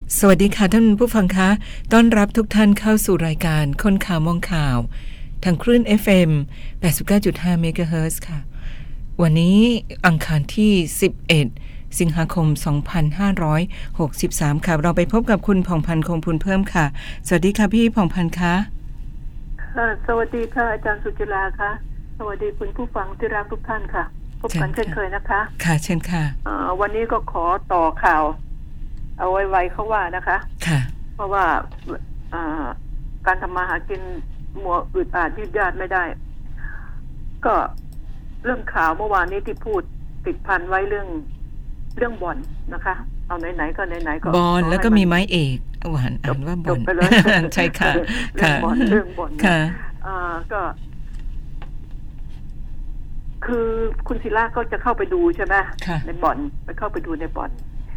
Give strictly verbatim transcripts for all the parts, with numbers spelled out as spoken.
สวัสดีค่ะท่านผู้ฟังคะต้อนรับทุกท่านเข้าสู่รายการคนข่าวมองข่าวทางคลื่น เอฟ เอ็ม แปดสิบเก้าจุดห้า เมกะเฮิรตซ์ค่ะวันนี้อังคารที่สิบเอ็ดสิงหาคมสองพันห้าร้อยหกสิบสามค่ะเราไปพบกับคุณผ่องพันธ์คงพูนเพิ่มค่ะสวัสดีค่ะพี่ผ่องพันธ์คะค่ะสวัสดีค่ะอาจารย์สุจิราค่ะสวัสดีคุณผู้ฟังที่รักทุกท่านค่ะพบกันเช่นเคยนะคะค่ะเช่นค่ะวันนี้ก็ขอต่อข่าวเอาไว้ๆเขาว่านะคะค่ะเพราะว่าการทำมาหากินมัวอึดอัดยืดยาดไม่ได้ก็เรื่องข่าวเมื่อวานนี้ที่พูดติดพันไว้เรื่องเรื่องบ่อนนะคะเอาไหนๆก็ไหนๆก็บ่อนแล้วก็มีไม้เอกหวานอ่านว่าบ่อนใช่ค่ะเรื่องบ่อนเรื่องบ่อนค่ะก็คือคุณศิลาก็จะเข้าไปดูใช่ไหมในบ่อนไปเข้าไปดูในบ่อน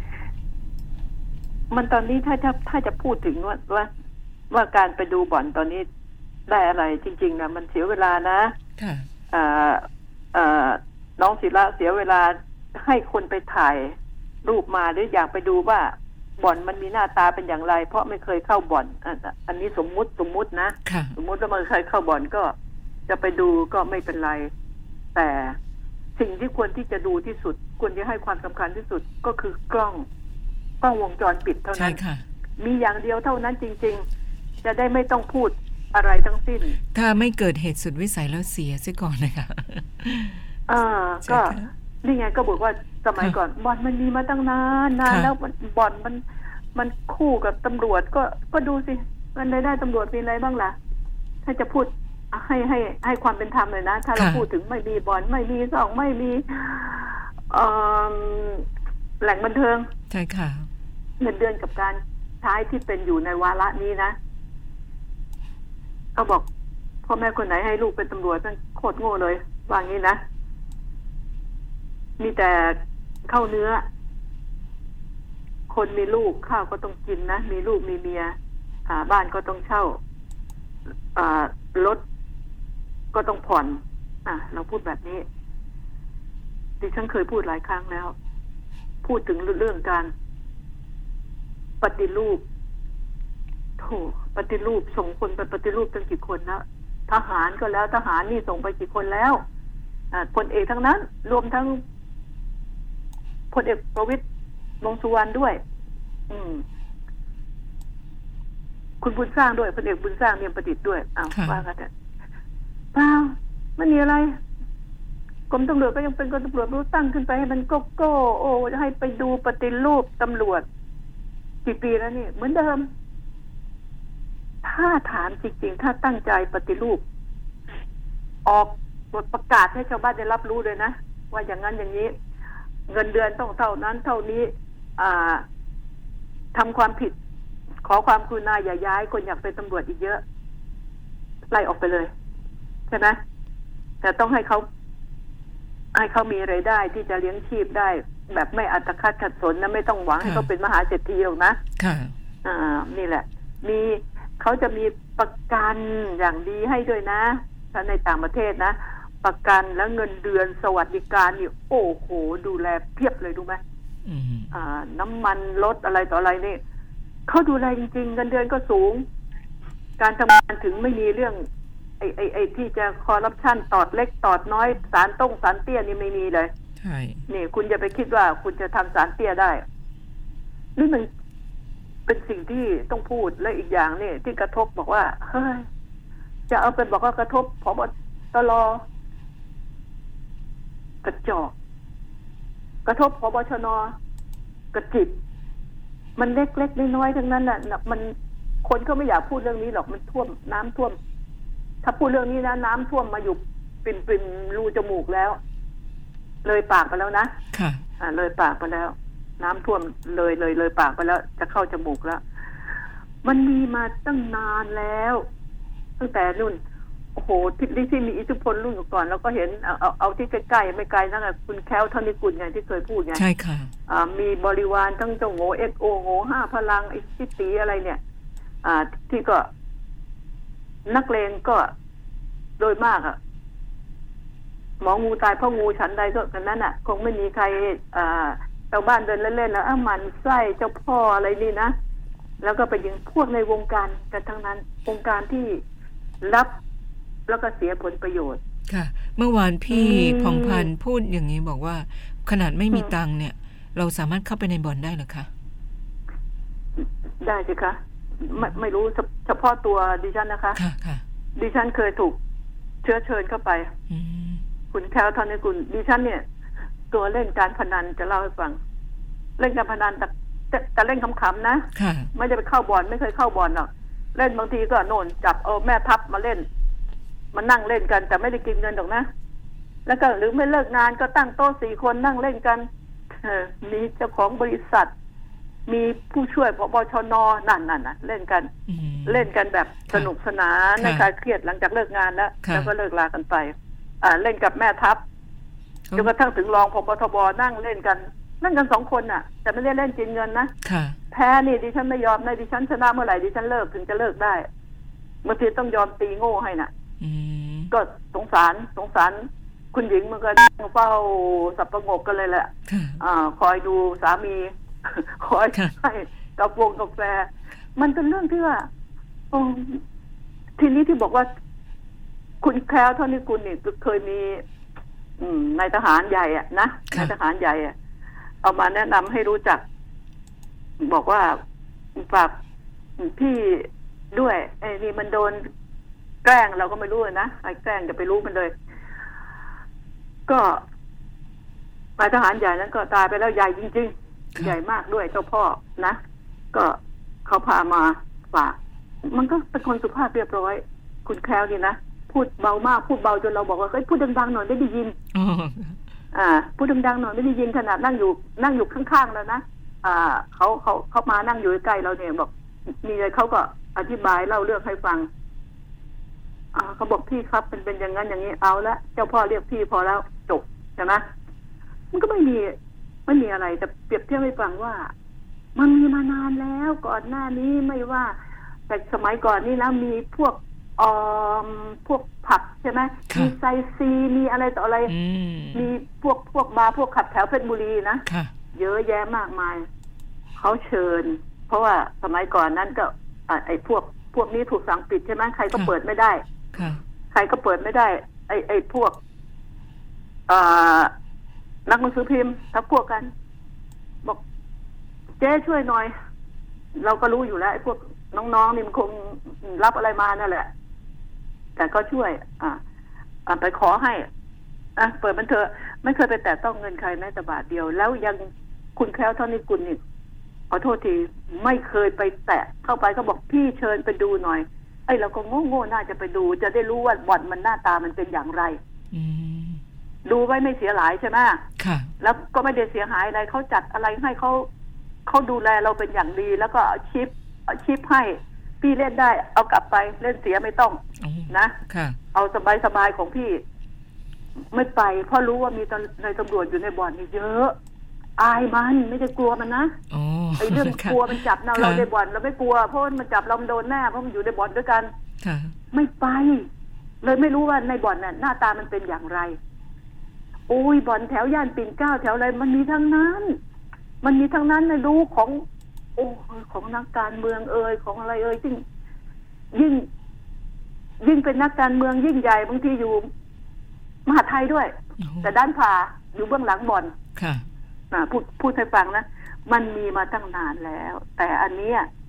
มันตอนนี้ถ้าถ้าถ้าจะพูดถึงว่าว่าว่าการไปดูบ่อนตอนนี้ได้อะไรจริงๆนะมันเสียเวลานะค่ะอ่าอ่าน้องศิลาเสียเวลาให้คนไปถ่ายรูปมาหรืออยากไปดูว่าบ่อนมันมีหน้าตาเป็นอย่างไรเพราะไม่เคยเข้าบ่อนอันนี้สมมุติสมมุตินะสมมุติว่ามันเคยเข้าบ่อนก็จะไปดูก็ไม่เป็นไรแต่สิ่งที่ควรที่จะดูที่สุดควรจะให้ความสำคัญที่สุดก็คือกล้องกล้องวงจรปิดเท่านั้นมีอย่างเดียวเท่านั้นจริงๆจะได้ไม่ต้องพูดอะไรทั้งสิ้นถ้าไม่เกิดเหตุสุดวิสัยแล้วเสียซะก่อนนะคะอ่าก็นี่ไงก็บอกว่าสมัยก่อนบ่อนมันมีมาตั้งนานนานแล้วบ่อนมันมันคู่กับตำรวจก็ก็ดูสิมันได้ได้ตำรวจมีอะไรบ้างล่ะถ้าจะพูดให้ให้ให้ความเป็นธรรมเลยนะถ้าเราพูดถึงไม่มีบ่อนไม่มีซ่องไม่มีแหล่งบันเทิงใช่ค่ะเงินเดือนกับการใช้ที่เป็นอยู่ในวาระนี้นะเขาบอกพ่อแม่คนไหนให้ลูกเป็นตำรวจมันโคตรโง่เลยว่างี้นะมีแต่เข้าเนื้อคนมีลูกข้าวก็ต้องกินนะมีลูกมีเมียอ่าบ้านก็ต้องเช่าอ่ารถก็ต้องผ่อนอ่ะเราพูดแบบนี้ดิฉันเคยพูดหลายครั้งแล้วพูดถึงเรื่องการปฏิรูปโถปฏิรูปส่งคนไปปฏิรูปตั้งกี่คนแล้วทหารก็แล้วทหารนี่ส่งไปกี่คนแล้วอ่าพลเอกทั้งนั้นรวมทั้งพลเอกประวิตรวงษ์สุวรรณด้วยอืมคุณบุญสร้างด้วยพลเอกบุญสร้างเนียมประดิษฐ์ด้วยอ้าวว่ากันเถอะเปล่าไม่มีอะไรกรมตำรวจก็ยังเป็นกรมตำรวจรู้ตั้งขึ้นไปให้มันโกโก้โอ้ให้ไปดูปฏิรูปตำรวจกี่ปีแล้วนี่เหมือนเดิมถ้าถามจริงๆถ้าตั้งใจปฏิรูปออกบทประกาศให้ชาวบ้านได้รับรู้เลยนะว่าอย่างนั้นอย่างนี้เงินเดือนต้องเท่านั้นเท่านี้อ่าทำความผิดขอความกรุณาอย่าย้ายคนอยากเป็นตำรวจอีกเยอะไล่ออกไปเลยใช่ไหมแต่ต้องให้เขาให้เขามีรายได้ที่จะเลี้ยงชีพได้แบบไม่อัตคัดขัดสนนะไม่ต้องหวังให้เขาเป็นมหาเศรษฐีหรอกนะค่ะอ่านี่แหละมีเขาจะมีประกันอย่างดีให้ด้วยนะถ้าในต่างประเทศนะประกันแล้วเงินเดือนสวัสดิการนี่โอ้โหดูแลเพียบเลยดูไหมอ่าน้ำมันลดอะไรต่ออะไรนี่เขาดูแลจริงๆเงินเดือนก็สูงการทำงานถึงไม่มีเรื่องไอ้ไอ้ไอ้ที่จะคอร์รัปชันตอดเล็กตอดน้อยสารต้งสารเตี้ยนี่ไม่มีเลยใช่นี่คุณอย่าไปคิดว่าคุณจะทำสารเตี้ยได้นี่มันเป็นสิ่งที่ต้องพูดและอีกอย่างนี่ที่กระทบบอกว่าเฮ้ยจะเอาเป็นบอกว่ากระทบผบ.ตร.กระจอกกระทบผบ.ชน.กระจิบมันเล็กๆน้อยๆทั้งนั้นน่ะมันคนก็ไม่อยากพูดเรื่องนี้หรอกมันท่วมน้ำท่วมถ้าพูดเรื่องนี้นะน้ำท่วมมาอยู่ปิ่นปิ่นรูจมูกแล้วเลยปากไปแล้วนะค่ะอ่าเลยปากไปแล้วน้ำท่วมเลยเลยเลยปากไปแล้วจะเข้าจมูกแล้วมันมีมาตั้งนานแล้วตั้งแต่นู่นโอ้โหที่ที่มีอิทธิพลรุ่นก่อนแล้วก็เห็นเอาเอาเอาที่ใกล้ๆไม่ไกลนั่นแหละคุณแคลธนิกุลไงที่เคยพูดไงใช่ค่ะอ่ามีบริวารทั้งเจ้าโง่เอ็กโอโง่ห้าพลังไอ้ทิตีอะไรเนี่ยอ่าที่ก็นักเลงก็โดยมากอ่ะ หมองูตายเพราะงูฉันใดก็กันนั้นอ่ะคงไม่มีใครอ่าชาวบ้านเดินเล่นๆแล้วอ้ามันไส้เจ้าพ่ออะไรนี่นะแล้วก็ไปยิงพวกในวงการกันทั้งนั้นวงการที่รับแล้วก็เสียผลประโยชน์ค่ะเมื่อวานพี่พองพันธ์พูดอย่างนี้บอกว่าขนาดไม่มีตังค์เนี่ยเราสามารถเข้าไปในบ่อนได้หรือคะได้สิคะไม่ไม่รู้เฉพาะตัวดิฉันนะคะค่ะค่ะดิฉันเคยถูกเชื้อเชิญเข้าไปคุณแคลทอนในคุณดิฉันเนี่ยตัวเล่นการพนันจะเล่าให้ฟังเล่นการพนันแต่แต่เล่นขำๆนะไม่ได้ไปเข้าบ่อนไม่เคยเข้าบ่อนหรอกเล่นบางทีก็โน่นจับเอาแม่ทัพมาเล่นมานั่งเล่นกันแต่ไม่ได้กินเงินหรอกนะแล้วก็หรือไม่เลิกงานก็ตั้งโต๊ะสี่คนนั่งเล่นกันมีเจ้าของบริษัทมีผู้ช่วยผบชนนั่นนั่นน่ะเล่นกันเล่นกันแบบสนุกสนานในการเครียดหลังจากเลิกงานแล้วแล้วก็เลิกลากันไปอ่าเล่นกับแม่ทัพจนกระทั่งถึงรองผบทบนั่งเล่นกันนั่งกันสองคนน่ะแต่ไม่ได้เล่นจริงเงินนะแพ้นี่ดิฉันไม่ยอมนะดิฉันชนะเมื่อไหร่ดิฉันเลิกถึงจะเลิกได้บางทีต้องยอมตีโง่ให้น่ะก็สงสารสงสารคุณหญิงมันก็นั่งเฝ้าสับประงกกันเลยแหละอ่าคอยดูสามีคอยให้กับวงกาแฟมันเป็นเรื่องที่ว่าทีนี้ที่บอกว่าคุณแคลเท่านี้คุณนี่เคยมีนายทหารใหญ่อะนะนายทหารใหญ่อะเอามาแนะนำให้รู้จักบอกว่าฝากพี่ด้วยไอ้นี่มันโดนแกล้งเราก็ไม่รู้นะไอ้แกล้งจะไปรู้มันเลยก็นายทหารใหญ่นั้นก็ตายไปแล้วใหญ่จริงๆใหญ่มากด้วยเจ้าพ่อนะก็เขาพามาฝากมันก็เป็นคนสุภาพเรียบร้อยคุณแคลนี่นะพูดเบามากพูดเบาจนเราบอกว่าเฮ้ยพูดดังๆหน่อยไม่ได้ยินอ่าพูดดังๆหน่อยไม่ได้ยินขนาดนั่งอยู่นั่งอยู่ข้างๆแล้วนะอ่าเขาเขาเขามานั่งอยู่ใกล้เราเนี่ยบอกมีอะไรเขาก็อธิบายเล่าเรื่องให้ฟังอ่าเขาบอกพี่ครับเป็นเป็นอย่างนั้นอย่างนี้เอาละเจ้าพ่อเรียกพี่พอแล้วจบใช่ไหมมันก็ไม่มีไม่มีอะไรแต่เปรียบเทียบให้ฟังว่ามันมีมานานแล้วก่อนหน้านี้ไม่ว่าแต่สมัยก่อนนี่นะมีพวกออพวกผับใช่ไหมมีไซซีมีอะไรต่ออะไรมีพวกพวกบาร์พวกขับแถวเพชรบุรีนะเยอะแยะมากมายเขาเชิญเพราะว่าสมัยก่อนนั้นก็ไอ้พวกพวกนี้ถูกสั่งปิดใช่ไหมใครก็เปิดไม่ได้ใครก็เปิดไม่ได้ไอ้ไอ้พวกนักหนังสือพิมพ์ทับพวกกันบอกเจ๊ช่วยหน่อยเราก็รู้อยู่แล้วไอ้พวกน้องๆนี่มันคงรับอะไรมานั่นแหละแต่ก็ช่วยอ่าไปขอให้อ่ะเปิดมันเถอะไม่เคยไปแตะต้องเงินใครแม้แต่บาทเดียวแล้วยังคุณแคลเท่านี้คุณนี่ขอโทษทีไม่เคยไปแตะเข้าไปเขาบอกพี่เชิญไปดูหน่อยไอ้เราก็โง่ๆน่าจะไปดูจะได้รู้ว่าบ่อนมันหน้าตามันเป็นอย่างไรดูไว้ไม่เสียหลายใช่ไหมค่ะแล้วก็ไม่ได้เสียหายอะไรเขาจัดอะไรให้เขาเขาดูแลเราเป็นอย่างดีแล้วก็เอาชิปเอาชิปให้พี่เล่นได้เอากลับไปเล่นเสียไม่ต้องนะเอาสบายๆของพี่ไม่ไปเพราะรู้ว่ามีในตำรวจอยู่ในบ่อนนี่เยอะอายมันไม่ได้กลัวมันนะไอ้เรื่องกลัวมันจับเราเราในบ่อนเราไม่กลัวเพราะมันจับเราโดนแน่เพราะมันอยู่ในบ่อนด้วยกันไม่ไปเลยไม่รู้ว่าในบ่อนน่ะหน้าตามันเป็นอย่างไรโอ้ยบ่อนแถวย่านปิ่นเกล้าแถวอะไรมันมีทั้งนั้นมันมีทั้งนั้นในรู้ของโอ้ของนักการเมืองเอ่ยของอะไรเอ่ยยิ่งยิ่งยิ่งเป็นนักการเมืองยิ่งใหญ่บางทีอยู่มหาไทยด้วยแต่ด้านผ่าอยู่เบื้องหลังบ่อนค่ะอ่าพูดพูดให้ฟังนะมันมีมาตั้งนานแล้วแต่อันนี้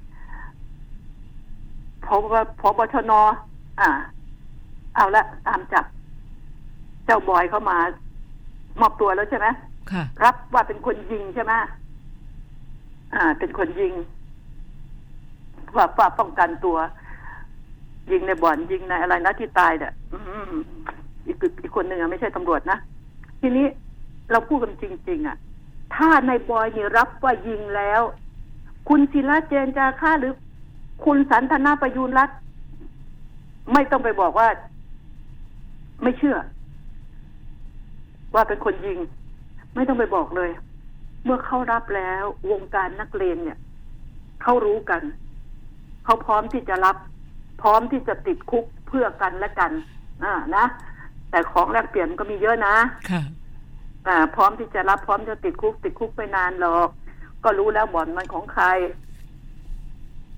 พอพอบชนอ่าเอาละตามจับเจ้าบอยเข้ามามอบตัวแล้วใช่ไหมค่ะรับว่าเป็นคนยิงใช่ไหมอ่าเป็นคนยิงว่าฝ่าป้องกันตัวยิงในบ่อนยิงในอะไรนะที่ตายเนี่ยอีกอีกคนหนึ่งอ่ะไม่ใช่ตำรวจนะทีนี้เราพูดกันจริงๆอ่ะถ้าในบอยนี่รับว่ายิงแล้วคุณศิระเจนจาค่าหรือคุณสันทนาประยูรรัตน์ไม่ต้องไปบอกว่าไม่เชื่อว่าเป็นคนยิงไม่ต้องไปบอกเลยเมื่อเขารับแล้ววงการนักเลงเนี่ยเขารู้กันเขาพร้อมที่จะรับพร้อมที่จะติดคุกเพื่อกันและกันอ่านะแต่ของแลกเปลี่ยนก็มีเยอะนะค่ะอ่าพร้อมที่จะรับพร้อมจะติดคุกติดคุกไปนานหรอกก็รู้แล้วบ่อนมันของใคร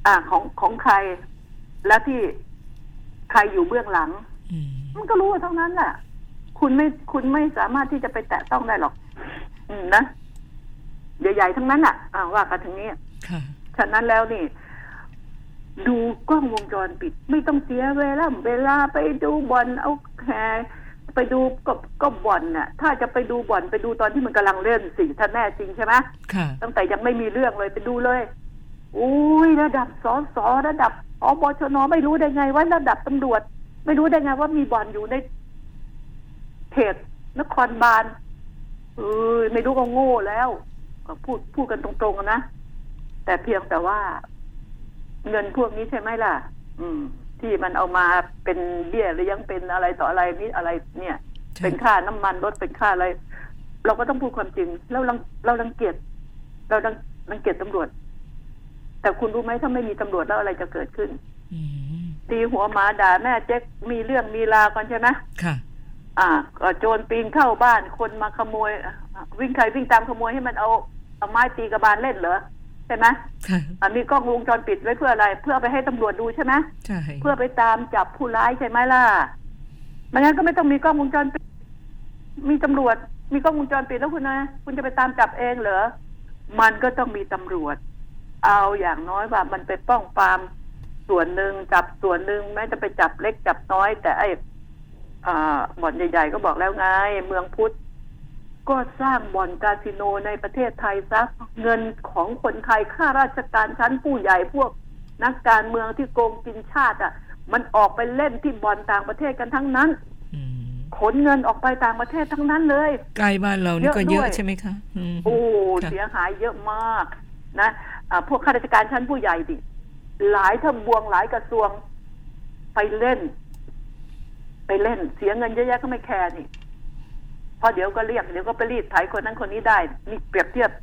อ่าของของใครและที่ใครอยู่เบื้องหลังมันก็รู้ทั้งนั้นแหละคุณไม่คุณไม่สามารถที่จะไปแตะต้องได้หรอกอืมนะใหญ่ๆทั้งนั้นอ่ะอ่าว่ากันถึงนี้ฉะนั้นแล้วนี่ดูกล้องวงจรปิดไม่ต้องเสียเวลาเวลาไปดูบอลเอาแค่ไปดูก็ก็บ่อนน่ะถ้าจะไปดูบ่อนไปดูตอนที่มันกำลังเล่นสิถ้าแน่จริงใช่ไหมตั้งแต่ยังไม่มีเรื่องเลยไปดูเลยอุ้ยระดับสสระดับอบชนไม่รู้ได้ไงว่าระดับตำรวจไม่รู้ได้ไงว่ามีบ่อนอยู่ในเขตนครบาลเออไม่รู้ก็โง่แล้วก็พูดพูดกันตรงๆนะแต่เพียงแต่ว่าเงินพวกนี้ใช่ไหมล่ะอืมที่มันเอามาเป็นเบี้ยหรือยังเป็นอะไรต่ออะไรนี่อะไรเนี่ยเป็นค่าน้ำมันรถเป็นค่าอะไรเราก็ต้องพูดความจริงเรารังเรารังเกียจเรารังรังเกียจตำรวจแต่คุณรู้ไหมถ้าไม่มีตำรวจแล้วอะไรจะเกิดขึ้นตีหัวหมาด่าแม่เจ๊กมีเรื่องมีราวกันใช่ไหมค่ะอ่าก็โจรปีนเข้าบ้านคนมาขโมยวิ่งใครวิ่งตามขโมยให้มันเอาเอาไม้ตีกระบาลเล่นเหรอใช่ไหมค่ะมีกล้องวงจรปิดไว้เพื่ออะไรเพื่อไปให้ตำรวจดูใช่ไหมใช่เพื่อไปตามจับผู้ร้ายใช่ไหมล่ะไม่งั้นก็ไม่ต้องมีกล้องวงจรปิดมีตำรวจมีกล้องวงจรปิดแล้วคุณนะคุณจะไปตามจับเองเหรอมันก็ต้องมีตำรวจเอาอย่างน้อยว่ามันไปป้องปรามส่วนหนึ่งจับส่วนหนึ่งแม้จะไปจับเล็กจับน้อยแต่ไอ้อ่าบ่อนใหญ่ๆก็บอกแล้วไงเมืองพุทธก็สร้างบ่อนคาสิโนในประเทศไทยซะเงินของคนไทยข้าราชการชั้นผู้ใหญ่พวกนักการเมืองที่โกงกินชาติอ่ะมันออกไปเล่นที่บ่อนต่างประเทศกันทั้งนั้นขนเงินออกไปต่างประเทศทั้งนั้นเลยใกล้บ้านเรานี่ก็เยอะใช่ไหมคะโอ้เสียหายเยอะมากนะอ่าพวกข้าราชการชั้นผู้ใหญ่ดิหลายทบวงหลายกระทรวงไปเล่นไปเล่นเสียเงินเยอะแยะก็ไม่แคร์นี่พอเดี๋ยวก็เรียกเดี๋ยวก็ไปรีดไถคนนั้นคนนี้ได้นี่เปรียบเทียบ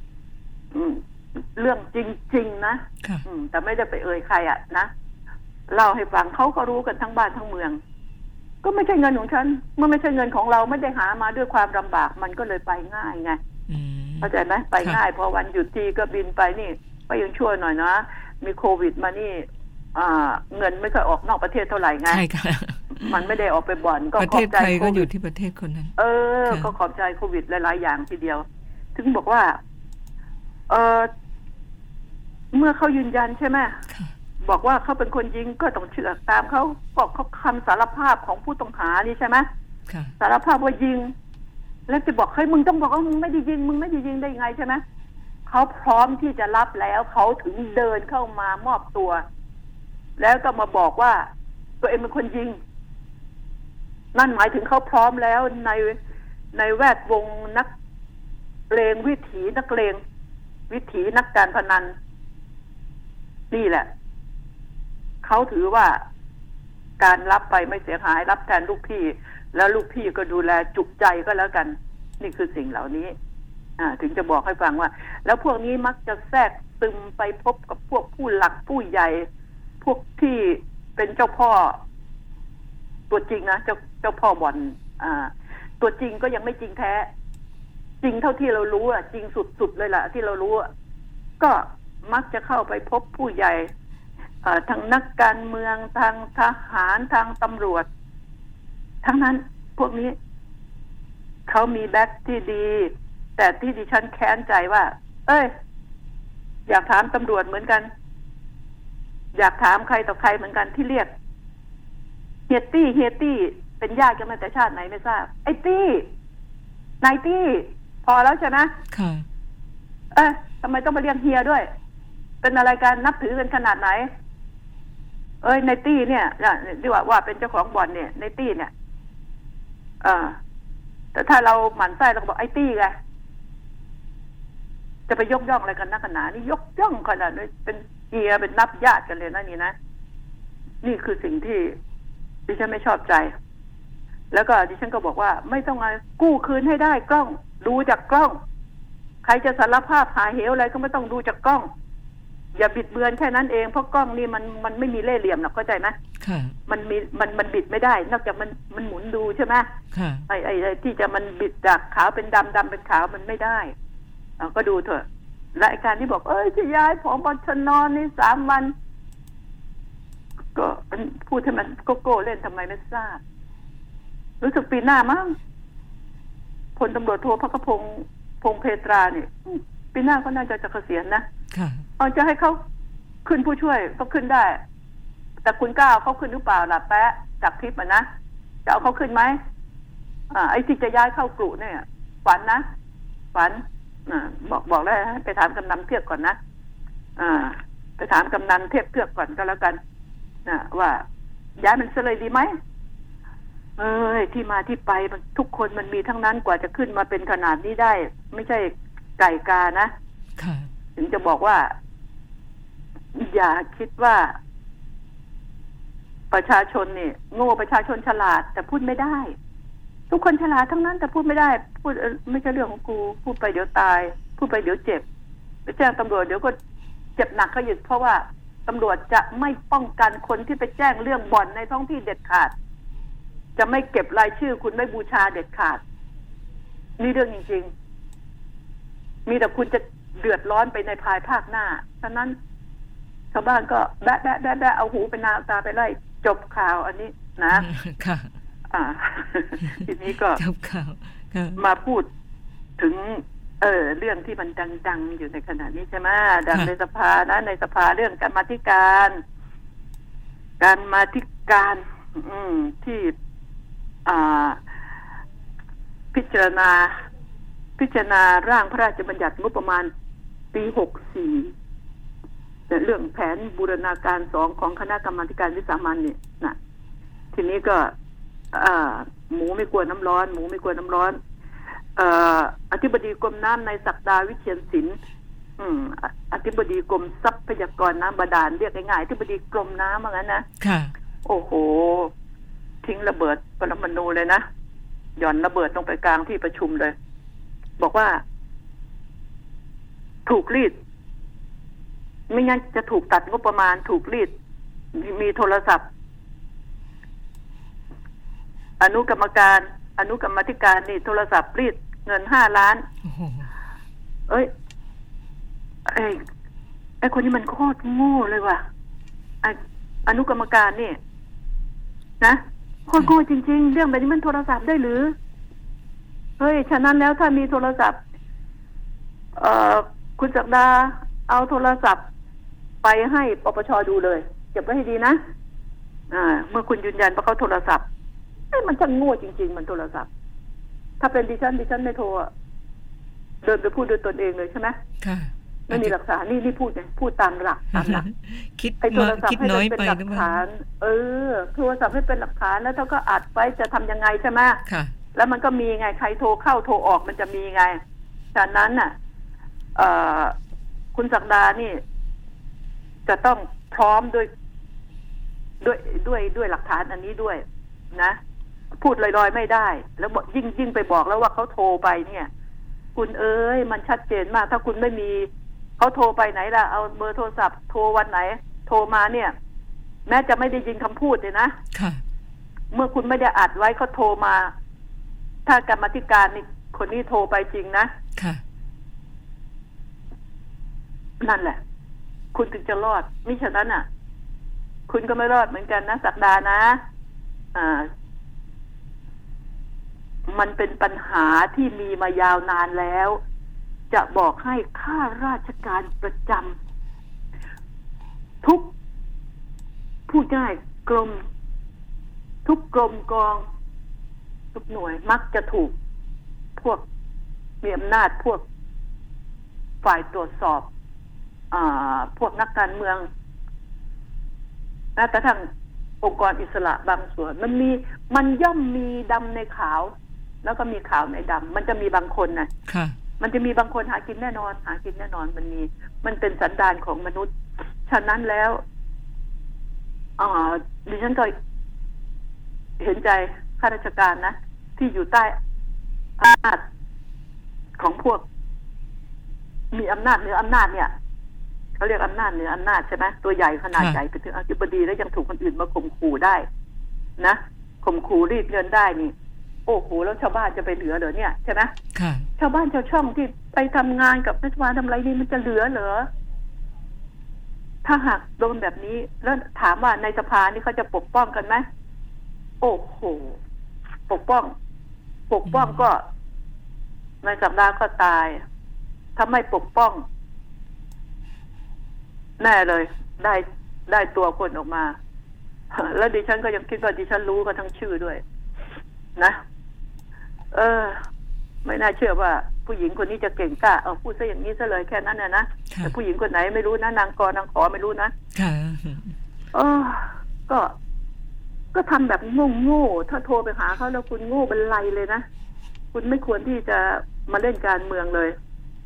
เรื่องจริงๆนะแต่ไม่ได้ไปเอ่ยใครอ่ะนะเล่าให้ฟังเขาก็รู้กันทั้งบ้านทั้งเมืองก็ไม่ใช่เงินของฉันเมื่อไม่ใช่เงินของเราไม่ได้หามาด้วยความลำบากมันก็เลยไปง่ายไงเข้าใจไหมไปง่ายพอวันหยุดทีก็บินไปนี่ก็ยังช่วยหน่อยนะมีโควิดมานี่อ่าเงินไม่ค่อยออกนอกประเทศเท่าไหร่ไงใช่ค่ะมันไม่ได้ออกไปบ่อนก็ประเทศไทยก็อยู่ที่ประเทศคนนั้นเออก็ขอบใจโควิดหลายๆอย่างทีเดียวถึงบอกว่าเออเมื่อเขายืนยันใช่ไหมบอกว่าเขาเป็นคนยิงก็ต้องเชื่อตามเขาบอกเขาคำสารภาพของผู้ต้องหานี่ใช่ไหมสารภาพว่ายิงแล้วจะบอกให้มึงต้องบอกว่ามึงไม่ได้ยิงมึงไม่ได้ยิงได้ยังไงใช่ไหมเขาพร้อมที่จะรับแล้วเขาถึงเดินเข้ามามอบตัวแล้วก็มาบอกว่าตัวเองเป็นคนยิงนั่นหมายถึงเขาพร้อมแล้วในในแวดวงนักเลงวิถีนักเลงวิถีนักการพนันนี่แหละเขาถือว่าการรับไปไม่เสียหายรับแทนลูกพี่แล้วลูกพี่ก็ดูแลจุกใจก็แล้วกันนี่คือสิ่งเหล่านี้อ่าถึงจะบอกให้ฟังว่าแล้วพวกนี้มักจะแทรกซึมไปพบกับพวกผู้หลักผู้ใหญ่พวกที่เป็นเจ้าพ่อตัวจริงนะเจ้าเจ้าพ่อบ่อนอ่าตัวจริงก็ยังไม่จริงแท้จริงเท่าที่เรารู้อ่ะจริงสุดๆเลยล่ะที่เรารู้ก็มักจะเข้าไปพบผู้ใหญ่อ่าทางนักการเมืองทางทหารทางตำรวจทั้งนั้นพวกนี้เขามีแบ็คที่ดีแต่ที่ดิฉันแค้นใจว่าเอ้ยอยากถามตำรวจเหมือนกันอยากถามใครต่อใครเหมือนกันที่เรียกเฮียตี้เฮียตี้เป็นญาติกันมาแต่ชาติไหนไม่ทราบไอ้ตี้นายตี้พอแล้วใช่ไหมค่ะเอ้ยทำไมต้องมาเรียกเฮียด้วยเป็นอะไรกันนับถือกันขนาดไหนเอ้ยนายตี้เนี่ยที่ว่าว่าเป็นเจ้าของบ่อนเนี่ยนายตี้เนี่ยเออแต่ถ้าเราหมั่นไส้เราก็บอกไอ้ตี้ไงจะไปยกย่องอะไรกันนักกันหนานี่ยกย่องขนาดนี้เป็นเฮียเป็นนับญาติกันเลยนะนี่นะนี่คือสิ่งที่ดิฉันไม่ชอบใจแล้วก็ดิฉันก็บอกว่าไม่ต้องอะไรกู้คืนให้ได้กล้องดูจากกล้องใครจะสารภาพหาเหวอะไรก็ไม่ต้องดูจากกล้องอย่าบิดเบือนแค่นั้นเองเพราะกล้องนี่มันมันไม่มีเล่ห์เหลี่ยมหรอกเข้าใจไหมค่ะมันมีมันมันบิดไม่ได้นอกจากมันมันหมุนดูใช่ไหมค่ะไอ้ไอ้ที่จะมันบิดจากขาวเป็นดำดำเป็นขาวมันไม่ได้ก็ดูเถอะรายการที่บอกเอ้ยจะย้ายผบชนนี่สามวันก็พูดให้มันโกโก้เล่นทำไมไม่ทราบรู้สึกปีหน้ามั้งพลตำรวจโทภักพงศ์พงษ์เพตราเนี่ยปีหน้าก็น่าจะจะเกษียณนะเอาจะให้เขาขึ้นผู้ช่วยก็ขึ้นได้แต่คุณก้าวเขาขึ้นหรือเปล่าล่ะแปะจากคลิปอ่ะนะจะเอาเขาขึ้นไหมอ่าไอ้ที่จะย้ายเข้ากลุ่เนี่ยฝันนะฝันอ่าบอกบอกได้ไปถามกำนันเทือกก่อนนะอ่าไปถามกำนันเทพเทือกก่อนก็แล้วกันนะว่าย้ายมันซะเลยดีไหมเอ้ยที่มาที่ไปมันทุกคนมันมีทั้งนั้นกว่าจะขึ้นมาเป็นขนาดนี้ได้ไม่ใช่ไก่กานะถึงจะบอกว่าอย่าคิดว่าประชาชนนี่โง่ประชาชนฉลาดแต่พูดไม่ได้ทุกคนฉลาดทั้งนั้นแต่พูดไม่ได้พูดไม่ใช่เรื่องของกูพูดไปเดี๋ยวตายพูดไปเดี๋ยวเจ็บไปแจ้งตำรวจเดี๋ยวก็เจ็บหนักก็หยุดเพราะว่าตำรวจจะไม่ป้องกันคนที่ไปแจ้งเรื่องบ่อนในท้องที่เด็ดขาดจะไม่เก็บรายชื่อคุณไม่บูชาเด็ดขาดนี่เรื่องจริงๆมีแต่คุณจะเดือดร้อนไปในภายภาคหน้าฉะนั้นชาวบ้านก็แบะแบะแบะแบะเอาหูไปนาตาไปไล่จบข่าวอันนี้นะค่ะอ่า ทีนี้ก็จบข่าวมาพูดถึงเออเรื่องที่มันดังๆอยู่ในขณะนี้ใช่ไหมดังในสภานะในสภาเรื่องการมาธิการการมาธิการอืมที่อ่าพิจารณาพิจารณาร่างพระราชบัญญัติงบประมาณปีหกสี่เรื่องแผนบูรณาการสองของคณะกรรมาการวิสามัญเนี่ยนะทีนี้ก็หมูไม่กลัวน้ำร้อนหมูไม่กลัวน้ำร้อนอธิบดีกรมน้ำในศักดาวิเชียรศิลป์อธิบดีกรมทรัพยากรน้ำบาดาลเรียกง่ายๆอธิบดีกรมน้ำว่างั้นนะค่ะโอ้โหทิ้งระเบิดปรมาณูเลยนะหย่อนระเบิดลงไปกลางที่ประชุมเลยบอกว่าถูกรีดไม่งั้นจะถูกตัดงบประมาณถูกรีดมีโทรศัพท์อนุกรรมการอนุกรรมธิการนี่โทรศัพท์รีดเงินห้าล้านเอ้ยไอ้ไอ้คนนี้มันโคตรโง่เลยว่ะไอ้อนุกรรมการนี่นะโคตรโง่จริงๆเรื่องแบบนี้มันโทรศัพท์ได้หรือเฮ้ยฉะนั้นแล้วถ้ามีโทรศัพท์เอ่อคุณศักดาเอาโทรศัพท์ไปให้ปปช.ดูเลยเก็บไว้ให้ดีนะอ่าเมื่อคุณยืนยันว่าเขาโทรศัพท์ไอ้มันช่างโง่จริงๆมันโทรศัพท์ถ้าเป็นดิฉันดิฉันไม่โทรเดินไปพูดด้วยตนเองเลยใช่ไหมค่ะไม่มีหลักฐานนี่นี่พูดไงพูดตามหลักตามหลักคิดไอ้โทรศัพท์ให้เป็นหลักฐานเออโทรศัพท์ให้เป็นหลักฐานแล้วเขาก็อัดไว้จะทำยังไงใช่ไหมค่ะแล้วมันก็มีไงใครโทรเข้าโทรออกมันจะมีไงฉะนั้นน่ะเอ่อคุณศักดานี่จะต้องพร้อมด้วยด้วยด้วยด้วยหลักฐานอันนี้ด้วยนะพูดลอยๆไม่ได้แล้วยิ่งยิ่งไปบอกแล้วว่าเขาโทรไปเนี่ยคุณเอ้ยมันชัดเจนมากถ้าคุณไม่มีเขาโทรไปไหนล่ะเอาเบอร์โทรศัพท์โทรวันไหนโทรมาเนี่ยแม้จะไม่ได้ยินคำพูดเลยนะค่ะเมื่อคุณไม่ได้อัดไว้เขาโทรมาถ้ากรรมธิการนี่คนนี้โทรไปจริงนะค่ะนั่นแหละคุณถึงจะรอดมิฉะนั้นอ่ะคุณก็ไม่รอดเหมือนกันนะศักดานะอ่ามันเป็นปัญหาที่มีมายาวนานแล้วจะบอกให้ข้าราชการประจำทุกผู้ง่ายกรมทุกกรมกองทุกหน่วยมักจะถูกพวกมีอำนาจพวกฝ่ายตรวจสอบพวกนักการเมืองแม้กระทั่งองค์กรอิสระบางส่วนมันมีมันย่อมมีดำในขาวแล้วก็มีขาวในดำมันจะมีบางคนนะมันจะมีบางคนหากินแน่นอนหากินแน่นอนมันมีมันเป็นสันดานของมนุษย์ฉะนั้นแล้วอ่าดิฉันก็เห็นใจข้าราชการนะที่อยู่ใต้อำนาจของพวกมีอำนาจเหนืออำนาจเนี่ยเขาเรียกอำนาจเหนืออำนาจใช่ไหมตัวใหญ่ขนาดใหญ่ไปถึงอธิบดีแล้วยังถูกคนอื่นมาข่มขู่ได้นะข่มขู่รีดเงินได้นี่โอ้โหแล้วชาวบ้านจะไปเหลือเหรอเนี่ยใช่ไหมค่ะชาวบ้านชาวช่องที่ไปทำงานกับรัฐบาลทำอะไรนี่มันจะเหลือเหรอถ้าหากโดนแบบนี้แล้วถามว่าในสภานี่เขาจะปกป้องกันไหมโอ้โหปกป้องปกป้องก็ในสัปดาห์ก็ตายถ้าไม่ปกป้องแน่เลยได้ได้ตัวคนออกมาแล้วดิฉันก็ยังคิดว่าดิฉันรู้กันทั้งชื่อด้วยนะเออไม่น่าเชื่อว่าผู้หญิงคนนี้จะเก่งกล้าเอาพูดซะอย่างนี้ซะเลยแค่นั้นน่ะนะแต่ผู้หญิงคนไหนไม่รู้นะนางกนางขอไม่รู้นะค่ะเออก็ก็ทำแบบโง่ๆถ้าโทรไปหาเขาแล้วคุณโง่เป็นไรเลยนะคุณไม่ควรที่จะมาเล่นการเมืองเลย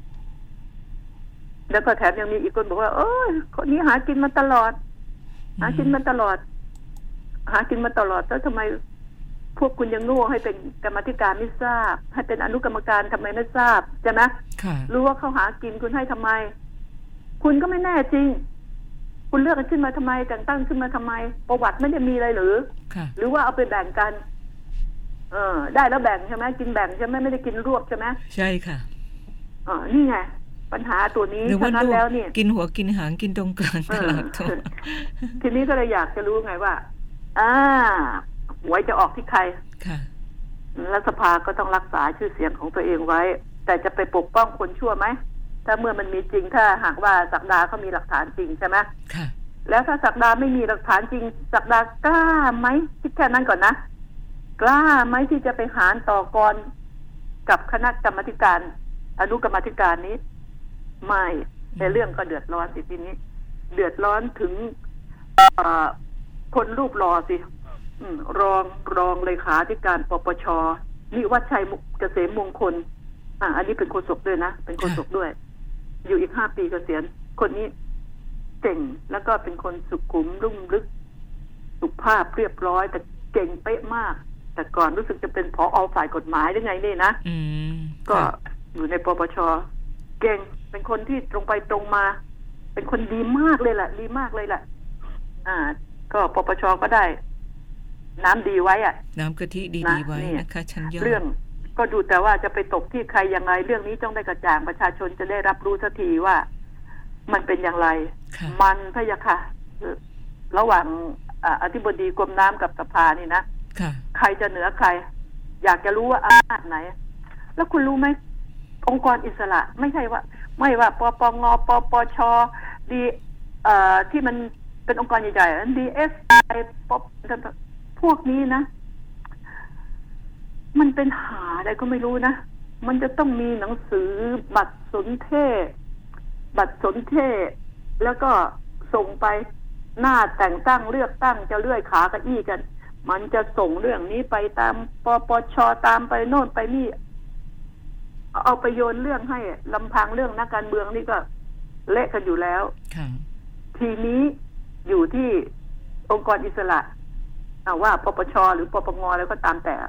แล้วก็แถมยังมีอีกคนบอกว่าเออคนนี้หากินมาตลอดหากินมาตลอดหากินมาตลอดแล้วทำไมพวกคุณยังโง่ให้เป็นกรรมธิการไม่ทราบให้เป็นอนุกรรมการทำไมไม่ทราบใช่ไหมรู้ว่าเขาหากินคุณให้ทำไมคุณก็ไม่แน่จริงคุณเลือกกันขึ้นมาทำไมแต่งตั้งขึ้นมาทำไมประวัติไม่ได้มีอะไรหรือหรือว่าเอาไปแบ่งกันเออได้แล้วแบ่งใช่ไหมกินแบ่งใช่ไหมไม่ได้กินรวบใช่ไหมใช่ค่ะอ๋อนี่ไงปัญหาตัวนี้ฉะนั้นแล้วเนี่ยกินหัวกินหางกินตรงกลางตลอดทีนี้ก็เลยอยากจะรู้ไงว่าอ่าหวยจะออกที่ใครค่ะรัฐสภาก็ต้องรักษาชื่อเสียงของตัวเองไว้แต่จะไปปกป้องคนชั่วไหมถ้าเมื่อมันมีจริงถ้าหากว่าศักดาเขามีหลักฐานจริงใช่ไหมค่ะแล้วถ้าศักดาไม่มีหลักฐานจริงศักดากล้าไหมคิดแค่นั้นก่อนนะกล้าไหมที่จะไปหารต่อกรกับคณะกรรมการอนุกรรมการนี้ไม่แต่เรื่องก็เดือดร้อนสิทีนี้เดือดร้อนถึงคนรูปรอสิรองรองเลขาธิการปปช.นิวัฒน์ชัยเกษมมงคลอ่าอันนี้เป็นโฆษกด้วยนะเป็นโฆษกด้วยอยู่อีกห้าปีเกษียณคนนี้เก่งแล้วก็เป็นคนสุขุมรุ่มลึกสุภาพเรียบร้อยแต่เก่งเป๊ะมากแต่ก่อนรู้สึกจะเป็นผอ.ฝ่ายกฎหมายหรือไงนี่นะก็อยู่ในปปช.เก่งเป็นคนที่ตรงไปตรงมาเป็นคนดีมากเลยแหละดีมากเลยแหละอ่าก็ปปช.ก็ได้น้ำดีไว้อะน้ำกะทิดีๆไว้นะคะชั้นยอดเรื่องก็ดูแต่ว่าจะไปตกที่ใครยังไงเรื่องนี้ต้องได้กระจ่างประชาชนจะได้รับรู้สักทีว่ามันเป็นอย่างไรมันพะยะค่ะระหว่างอธิบดีกรมน้ำกับสภานี่นะใครจะเหนือใครอยากจะรู้ว่าอำนาจไหนแล้วคุณรู้ไหมองค์กรอิสระไม่ใช่ว่าไม่ว่าปปงปปชดีเอ่อที่มันเป็นองค์กรใหญ่ๆ ดี เอส ไอ ปปพวกนี้นะมันเป็นหาอะไรก็ไม่รู้นะมันจะต้องมีหนังสือบัตรสนเทศบัตรสนเทศแล้วก็ส่งไปหน้าแต่งตั้งเลือกตั้งจะเลื่อยขาเก้าอี้กันมันจะส่งเรื่องนี้ไปตามปปชตามไปโน่นไปนี่เอาไปโยนเรื่องให้ลำพังเรื่องนักการเมืองนี่ก็เละกันอยู่แล้วทีนี้อยู่ที่องค์กรอิสระว่าปปชหรือปปงอะไรก็ตามแต่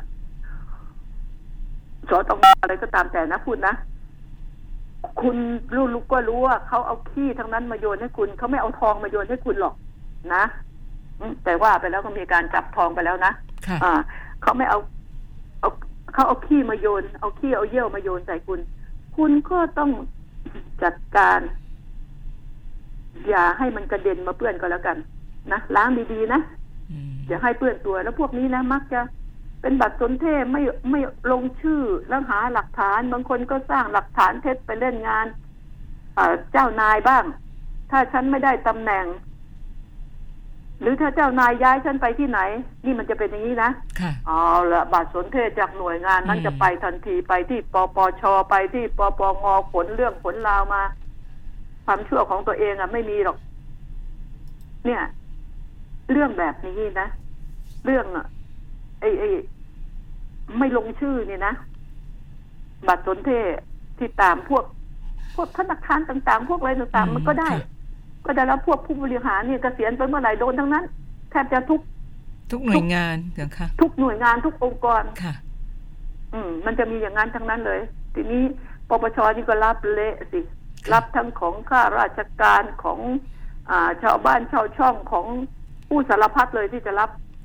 สตงอะไรก็ตามแต่นะพูดนะคุณรู้ลูกก็รู้ว่าเขาเอาขี้ทั้งนั้นมาโยนให้คุณเขาไม่เอาทองมาโยนให้คุณหรอกนะแต่ว่าไปแล้วก็มีการจับทองไปแล้วนะอ่าเขาไม่เอาเอาเขาเอาขี้มาโยนเอาขี้เอาเยี่ยวมาโยนใส่คุณคุณก็ต้องจัดการอย่าให้มันกระเด็นมาเปื้อนก็แล้วกันนะล้างดีๆนะอย่าให้เปื้อนตัวแล้วพวกนี้นะมักจะเป็นบัตรสนเทศไม่ไม่ลงชื่อแล้วหาหลักฐานบางคนก็สร้างหลักฐานเท็จไปเล่นงานเจ้านายบ้างถ้าฉันไม่ได้ตำแหน่งหรือถ้าเจ้านายย้ายฉันไปที่ไหนนี่มันจะเป็นอย่างนี้นะเอาละบัตรสนเทศจากหน่วยงานนั้นจะไปทันทีไปที่ปปชไปที่ปปงขนเรื่องขนราวมาความชั่วของตัวเองอ่ะไม่มีหรอกเนี่ยเรื่องแบบนี้นะเรื่องอ่ะไอ้ไอ้ไม่ลงชื่อเนี่ยนะบัตรสนเทศที่ตามพวกพวกธนาคารต่างๆพวกอะไรต่างๆมันก็ได้ก็ได้แล้วพวกผู้บริหารเนี่ยเกษียณไปเมื่อไหร่โดนทั้งนั้นแทบจะทุกทุกหน่วยงานนะคะทุกหน่วยงานทุกองค์กรค่ะอืมมันจะมีอย่างนั้นทั้งนั้นเลยทีนี้ปปชนี่ก็รับเละสิรับทั้งของข้าราชการของอ่าชาวบ้านชาวช่องของผู้สารพัดเลยที่จะรับ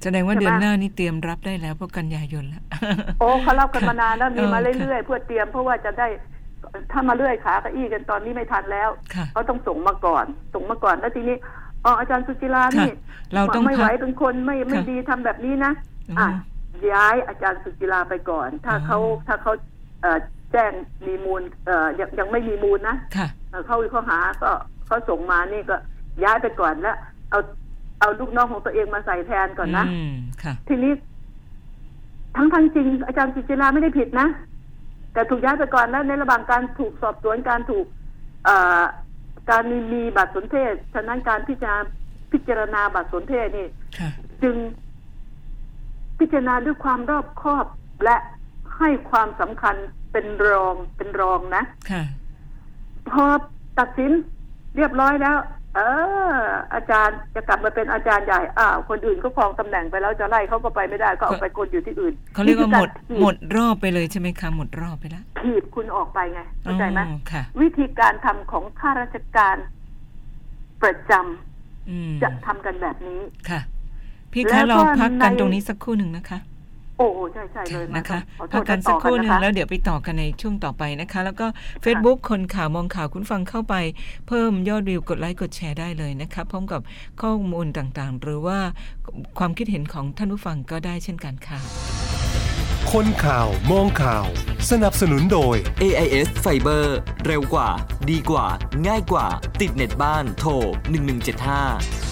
แสดงว่าเดือนหน้านี่เตรียมรับได้แล้วเพราะกันยายนแล้วโอ้เขารับกันมานานแล้วมีมาเรื่อยๆเพื่อเตรียมเพราะว่าจะได้ถ้ามาเลื่อยขาเก้าอี้กันตอนนี้ไม่ทันแล้วเขาต้องส่งมาก่อนส่งมาก่อนแล้วทีนี้อ๋ออาจารย์สุจิรานี่เราต้องไม่ไหวเป็นคนไม่ไม่ดีทำแบบนี้นะอ่ะย้ายอาจารย์สุจิราไปก่อนถ้าเขาถ้าเขาแจ้งมีมูลยังยังไม่มีมูลนะเขาวิเคราะห์หาก็เขาส่งมานี่ก็ย้ายไปก่อนแล้วเอาเอาลูกน้องของตัวเองมาใส่แทนก่อนนะทีนี้ทั้งทั้งจริงอาจารย์สุจิราไม่ได้ผิดนะแต่ถูกย้ายไปก่อนแล้วในระหว่างการถูกสอบสวนการถูกการมีมีบัตรสนเทศฉะนั้นการพิจารณาพิจารณาบัตรสนเทศนี่จึงพิจารณาด้วยความรอบคอบและให้ความสำคัญเป็นรองเป็นรองนะพอตัดสินเรียบร้อยแล้วเอออาจารย์จะกลับมาเป็นอาจารย์ใหญ่อ้าวคนอื่นก็ครองตำแหน่งไปแล้วจะไล่เขาก็ไปไม่ได้ก็เอาไปคนอยู่ที่อื่นเขาเรียกว่าหมดหมดรอบไปเลยใช่ไหมคะหมดรอบไปแล้วถีบคุณออกไปไงเข้าใจไหมวิธีการทำของข้าราชการประจำจะทำกันแบบนี้ค่ะพี่คะเราพักกันตรงนี้สักครู่หนึ่งนะคะโอ้ใช่ใช่เลยนะคะพักกันสักครู่หนึ่งแล้วเดี๋ยวไปต่อกันในช่วงต่อไปนะคะแล้วก็ Facebook คนข่าวมองข่าวคุณฟังเข้าไปเพิ่มยอดวิวกดไลค์กดแชร์ได้เลยนะคะพร้อมกับข้อมูลต่างๆหรือว่าความคิดเห็นของท่านผู้ฟังก็ได้เช่นกันค่ะคนข่าวมองข่าวสนับสนุนโดยเอ ไอ เอส Fiber เร็วกว่าดีกว่าง่ายกว่าติดเน็ตบ้านโทรหนึ่งหนึ่งเจ็ดห้า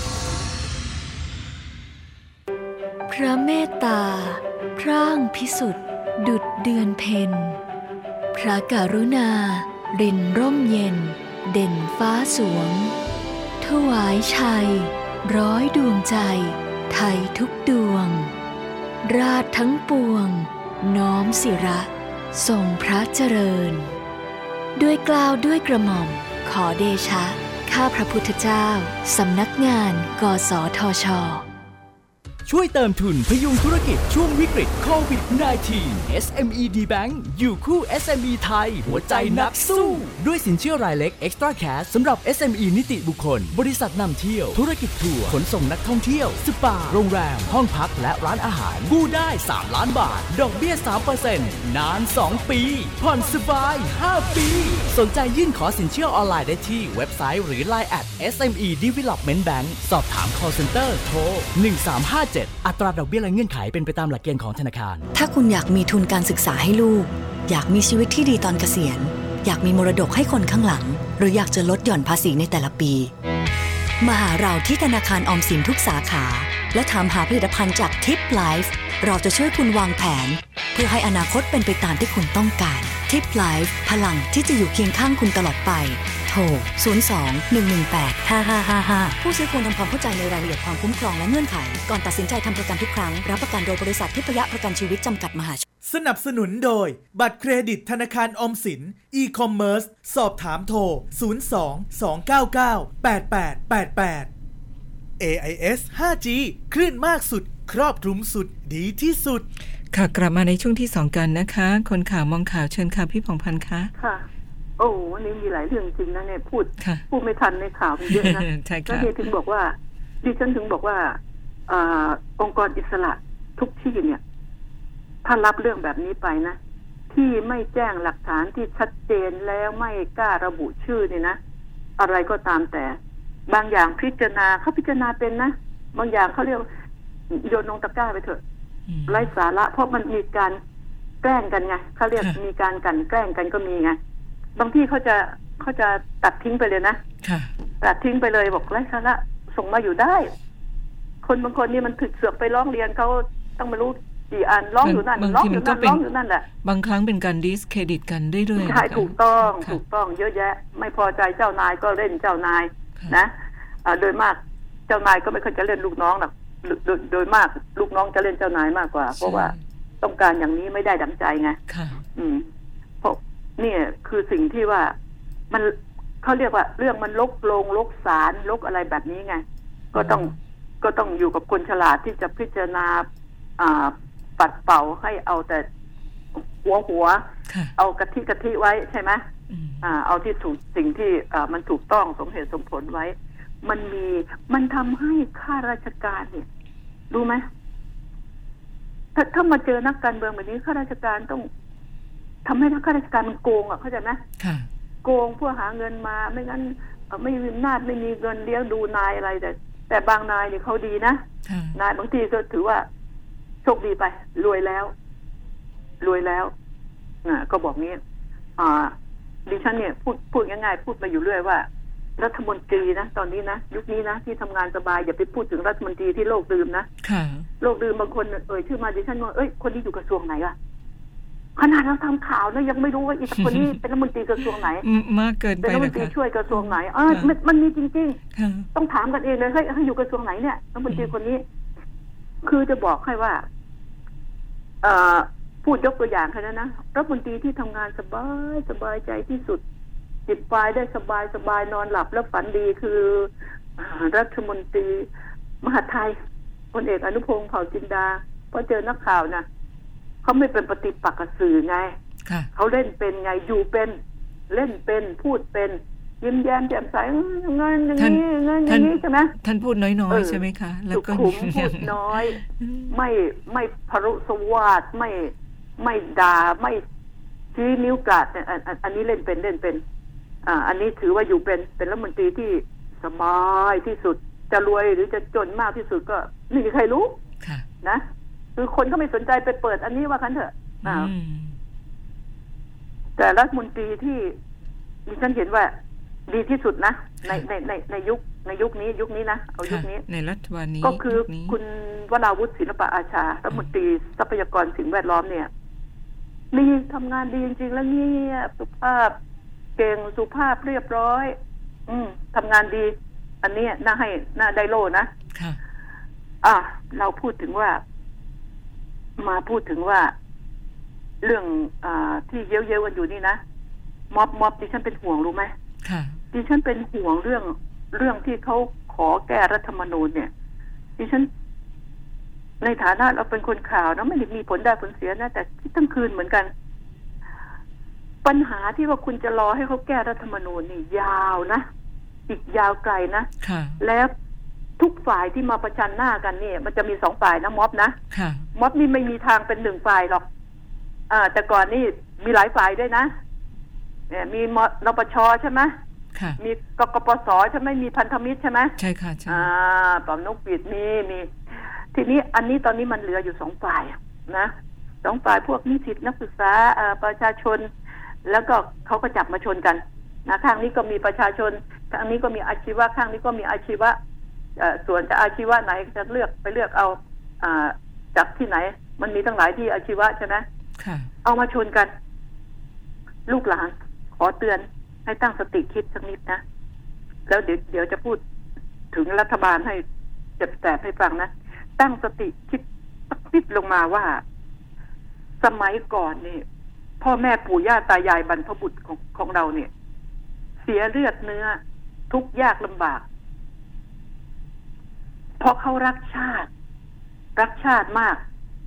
พระเมตตาพร่างพิสุทธิ์ดุจเดือนเพ็ญพระกรุณารินร่มเย็นเด่นฟ้าสวงถวายชัยร้อยดวงใจไทยทุกดวงราชทั้งปวงน้อมศิระทรงพระเจริญด้วยเกล้าด้วยกระหม่อมขอเดชะข้าพระพุทธเจ้าสำนักงานกสทช. ช่วยเติมทุนพยุงธุรกิจช่วงวิกฤตโควิด สิบเก้า เอส เอ็ม อี ดี Bank อยู่คู่ เอส เอ็ม อี ไทยหัวใจนักสู้ด้วยสินเชื่อรายเล็ก Extra Cash สำหรับ เอส เอ็ม อี นิติบุคคลบริษัทนำเที่ยวธุรกิจทัวร์ขนส่งนักท่องเที่ยวสปาโรงแรมห้องพักและร้านอาหารกู้ได้สามล้านบาทดอกเบี้ย สามเปอร์เซ็นต์ นานสองปีผ่อนสบายห้าปีสนใจยื่นขอสินเชื่อออนไลน์ได้ที่เว็บไซต์หรือ ไลน์ แอท เอส เอ็ม อี Development Bank สอบถาม call center โทรหนึ่งสามห้าเจ็ดอัตราดอกเบี้ยและเงื่อนไขเป็นไปตามหลักเกณฑ์ของธนาคารถ้าคุณอยากมีทุนการศึกษาให้ลูกอยากมีชีวิตที่ดีตอนเกษียณอยากมีมรดกให้คนข้างหลังหรืออยากจะลดหย่อนภาษีในแต่ละปีมาหาเราที่ธนาคารออมสินทุกสาขาและถามหาผลิตภัณฑ์จาก ทิป ไลฟ์ เราจะช่วยคุณวางแผนเพื่อให้อนาคตเป็นไปตามที่คุณต้องการ ทิป ไลฟ์ พลังที่จะอยู่เคียงข้างคุณตลอดไปโทร ศูนย์ สอง หนึ่ง หนึ่ง แปด ห้า ห้า ห้า ห้า ผู้ซื้อควรทำความเข้าใจในรายละเอียดความคุ้มครองและเงื่อนไขก่อนตัดสินใจทำประกันทุกครั้งรับประกันโดยบริษัททิพยประกันชีวิตจำกัดมหาชนสนับสนุนโดยบัตรเครดิตธนาคารออมสิน e-commerce สอบถามโทร ศูนย์ สอง สอง เก้า เก้า แปด แปด แปด แปด เอ ไอ เอส ห้าจี คลื่นมากสุดครอบคลุมสุดดีที่สุดค่ะกลับมาในช่วงที่สองกันนะคะคนข่าวมองข่าวเชิญค่ะพี่ผ่องพันธ์คะค่ะโอ้วันนี้มีหลายเรื่องจริงนะเนี่ยพูดพูดไม่ทันในข่าวมีเยอะนะแล้วเนี่ยถึงบอกว่าดิฉันถึงบอกว่าอองค์กรอิสระทุกที่เนี่ยถ้ารับเรื่องแบบนี้ไปนะที่ไม่แจ้งหลักฐานที่ชัดเจนแล้วไม่กล้าระบุชื่อเนี่ยนะอะไรก็ตามแต่บางอย่างพิจารณาเขาพิจารณาเป็นนะบางอย่างเขาเรียกโยนลงตะกร้าไปเถอะไร้สาระเพราะมันมีการแกล้งกันไงเขาเรียกมีการกันแกล้งกันก็มีไงบางที่เขาจะเขาจะตัดทิ้งไปเลยนะตัดทิ้งไปเลยบอกไร้สาระส่งมาอยู่ได้คนบางคนนี่มันถึกเสือกไปร้องเรียนเขาต้องมารู้กี่อันร้องอยู่นั่นร้องอยู่นั่นร้องอยู่นั่นแหละบางครั้งเป็นการดิสเครดิตกันเรื่อยๆใช่ถูกต้องถูกต้องเยอะแยะไม่พอใจเจ้านายก็เล่นเจ้านายนะโดยมากเจ้านายก็ไม่ค่อยจะเล่นลูกน้องหรอกโดยมากลูกน้องจะเล่นเจ้านายมากกว่าเพราะว่าต้องการอย่างนี้ไม่ได้ดังใจไงอืมเพราะนี่คือสิ่งที่ว่ามันเขาเรียกว่าเรื่องมันลกโลงลกศาลลกอะไรแบบนี้ไงก็ต้องก็ต้องอยู่กับคนฉลาดที่จะพิจารณาอ่าปัดเป่าให้เอาแต่หัวหัวเอากะทิกะทิไว้ใช่ไหมอ่าเอาที่ถูกสิ่งที่อ่ามันถูกต้องสมเหตุสมผลไว้มันมีมันทำให้ข้าราชการเนี่ยรู้ไหมถ้าถ้ามาเจอนักการเมืองแบบนี้ข้าราชการต้องทำให้ข้าราชการมันโกงอ่ะเข้าใจไหมค่ะโกงเพื่อหาเงินมาไม่งั้นไม่มีอำนาจไม่มีเงินเลี้ยงดูนายอะไรแต่แต่บางนายเนี่ยเขาดีนะนายบางทีก็ถือว่าโชคดีไปรวยแล้วรวยแล้วอ่าก็บอกงี้อ่าดิฉันเนี่ยพูดพูดง่ายๆพูดมาอยู่เรื่อยว่ารัฐมนตรีนะตอนนี้นะยุคนี้นะที่ทำงานสบายอย่าไปพูดถึงรัฐมนตรีที่โลกลืมนะโลกลืมบางคนเอ่ยชื่อมาดิฉันว่าเอ้ยคนนี้อยู่กระทรวงไหนอะขนาดเราทำข่าวนะยังไม่รู้ว่าอีกคนนี้เป็นรัฐมนตรีกระทรวงไหนมากเกินไปเป็นรัฐมนตรีช่วยกระทรวงไหนอ่ามันมีจริงๆต้องถามกันเองเลยเฮ้ยอยู่กระทรวงไหนเนี่ยรัฐมนตรีคนนี้คือจะบอกให้ว่าเอ่อพูดยกตัวอย่างแค่นั้นนะรัฐมนตรีที่ทำงานสบายสบายใจที่สุดจิบไฟได้สบายสบายนอนหลับแล้วฝันดีคือรัฐมนตรีมหาดไทยพลเอกอนุพงษ์เผ่าจินดาพอเจอนักข่าวนะเขาไม่เป็นปฏิปักษ์กับสื่อไงเขาเล่นเป็นไงอยู่เป็นเล่นเป็นพูดเป็นยิ้มแย้มแจ่มใสเงินอย่างนี้เงินอย่างนี้ใช่ไหมท่านพูดน้อยๆใช่ไหมคะแล้วก็ขุมพูดน้อยไม่ไม่พรุสวาทไม่ไม่ด่าไม่ชี้นิ้วกลาดเนี่ยอันนี้เล่นเป็นเล่นเป็นอ่าอันนี้ถือว่าอยู่เป็นเป็นรัฐมนตรีที่สบายที่สุดจะรวยหรือจะจนมากที่สุดก็ไม่มีใครรู้นะคือคนเขาไม่สนใจไปเปิดอันนี้ว่ากันเถอะอ่าแต่รัฐมนตรีที่ดิฉันเห็นว่าดีที่สุดนะในในในในยุคในยุคนี้ยุคนี้นะเอายุคนี้ในรัฐบาลนี้ก็คือคุณวราวุฒิศิลปะอาชารัฐมนตรีทรัพยากรสิ่งแวดล้อมเนี่ยดีทำงานดีจริงๆแล้วเงียบสุภาพเก่งสุภาพเรียบร้อยอืมทำงานดีอันนี้น่าให้น่าได้โล่นะค่ะอ่ะเราพูดถึงว่ามาพูดถึงว่าเรื่องอ่าที่เย้ยๆกันอยู่นี่นะม็อบม็อบดิฉันเป็นห่วงรู้ไหมค่ะดิฉันเป็นห่วงเรื่องเรื่องที่เขาขอแก้รัฐธรรมนูญเนี่ยดิฉันในฐานะเราเป็นคนข่าวนะไม่ได้มีผลได้ผลเสียนะแต่คิดทั้งคืนเหมือนกันปัญหาที่ว่าคุณจะรอให้เขาแก้รัฐธรรมนูญนี่ยาวนะอีกยาวไกลนะแล้วทุกฝ่ายที่มาประชันหน้ากันนี่มันจะมีสองฝ่ายนะม็อบนะม็อบนี่ไม่มีทางเป็นหนึ่งฝ่ายหรอกอ่าแต่ก่อนนี่มีหลายฝ่ายด้วยนะเนี่ยมีนปชใช่ไหมมีกกปสใช่ไหมมีพันธมิตรใช่ไหมใช่ค่ะใช่อ่าปอมนกปิดมีมีทีนี้อันนี้ตอนนี้มันเหลืออยู่สองฝ่ายนะสองฝ่ายพวกนิสิตนักศึกษาประชาชนแล้วก็เขาก็จับมาชนกันนะข้างนี้ก็มีประชาชนข้างนี้ก็มีอาชีวะข้างนี้ก็มีอาชีวะส่วนจะอาชีวะไหนจะเลือกไปเลือกเอาจากที่ไหนมันมีตั้งหลายที่อาชีวะใช่ไหมเอามาชนกันลูกหลานขอเตือนให้ตั้งสติคิดสักนิดนะแล้วเดี๋ยวเดี๋ยวจะพูดถึงรัฐบาลให้เจ็บแสบให้ฟังนะตั้งสติคิดสักนิดลงมาว่าสมัยก่อนนี่พ่อแม่ปู่ย่าตายายบรรพบุรุษของของเราเนี่ยเสียเลือดเนื้อทุกข์ยากลำบากเพราะเขารักชาติรักชาติมาก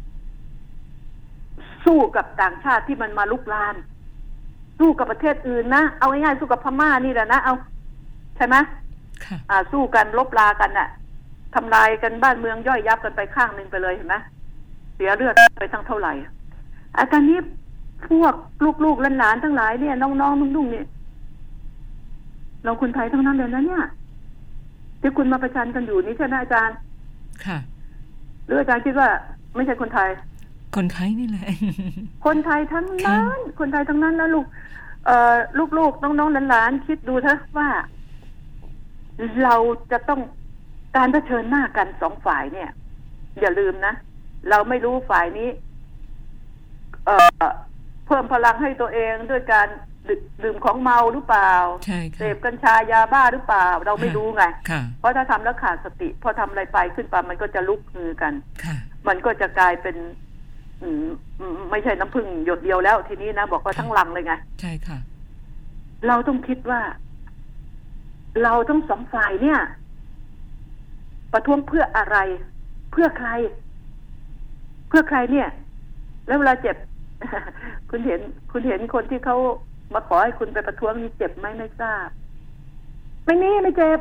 สู้กับต่างชาติที่มันมาลุกลานสู้กับประเทศอื่นนะเอาง่ายๆสู้กับพม่านี่แหละนะเอาใช่ไหมค่ะอ่าสู้กันลบลากันน่ะทำลายกันบ้านเมืองย่อยยับกันไปข้างนึงไปเลยเห็นไหมเสียเลือดไปทั้งเท่าไหร่อาการนี้พวกลูกๆหลานๆทั้งหลายเนี่ยน้องๆนุ่งๆเนี่ยเราคนไทยทั้งนั้นเลยนะเนี่ยที่คุณมาประชันกันอยู่นี่ใช่ไหมอาจารย์ค่ะหรืออาจารย์คิดว่าไม่ใช่คนไทยคนไทยนี่แหละคนไทยทั้งนั้นคนไทยทั้งนั้นแล้วลูกเอ่อลูกๆน้องๆหลานๆคิดดูเถอะว่าเราจะต้องการเผชิญหน้ากันสองฝ่ายเนี่ยอย่าลืมนะเราไม่รู้ฝ่ายนี้เอ่อเพิ่มพลังให้ตัวเองด้วยการดื่มของเมาหรือเปล่าเสพกัญชายาบ้าหรือเปล่าเราไม่รู้ไงเพราะถ้าทำแล้วขาดสติพอทำอะไรไปขึ้นไปมันก็จะลุกฮือกันมันก็จะกลายเป็นไม่ใช่น้ำผึ้งหยดเดียวแล้วทีนี้นะบอกว่าทั้งลังเลยไงใช่ค่ะเราต้องคิดว่าเราทั้งสองฝ่ายเนี่ยประท้วงเพื่ออะไรเพื่อใครเพื่อใครเนี่ยแล้วเวลาเจ็บ คุณเห็นคุณเห็นคนที่เขามาขอให้คุณไปประท้วงนี่เจ็บไหมไม่ทราบไม่นี่ไม่เจ็บ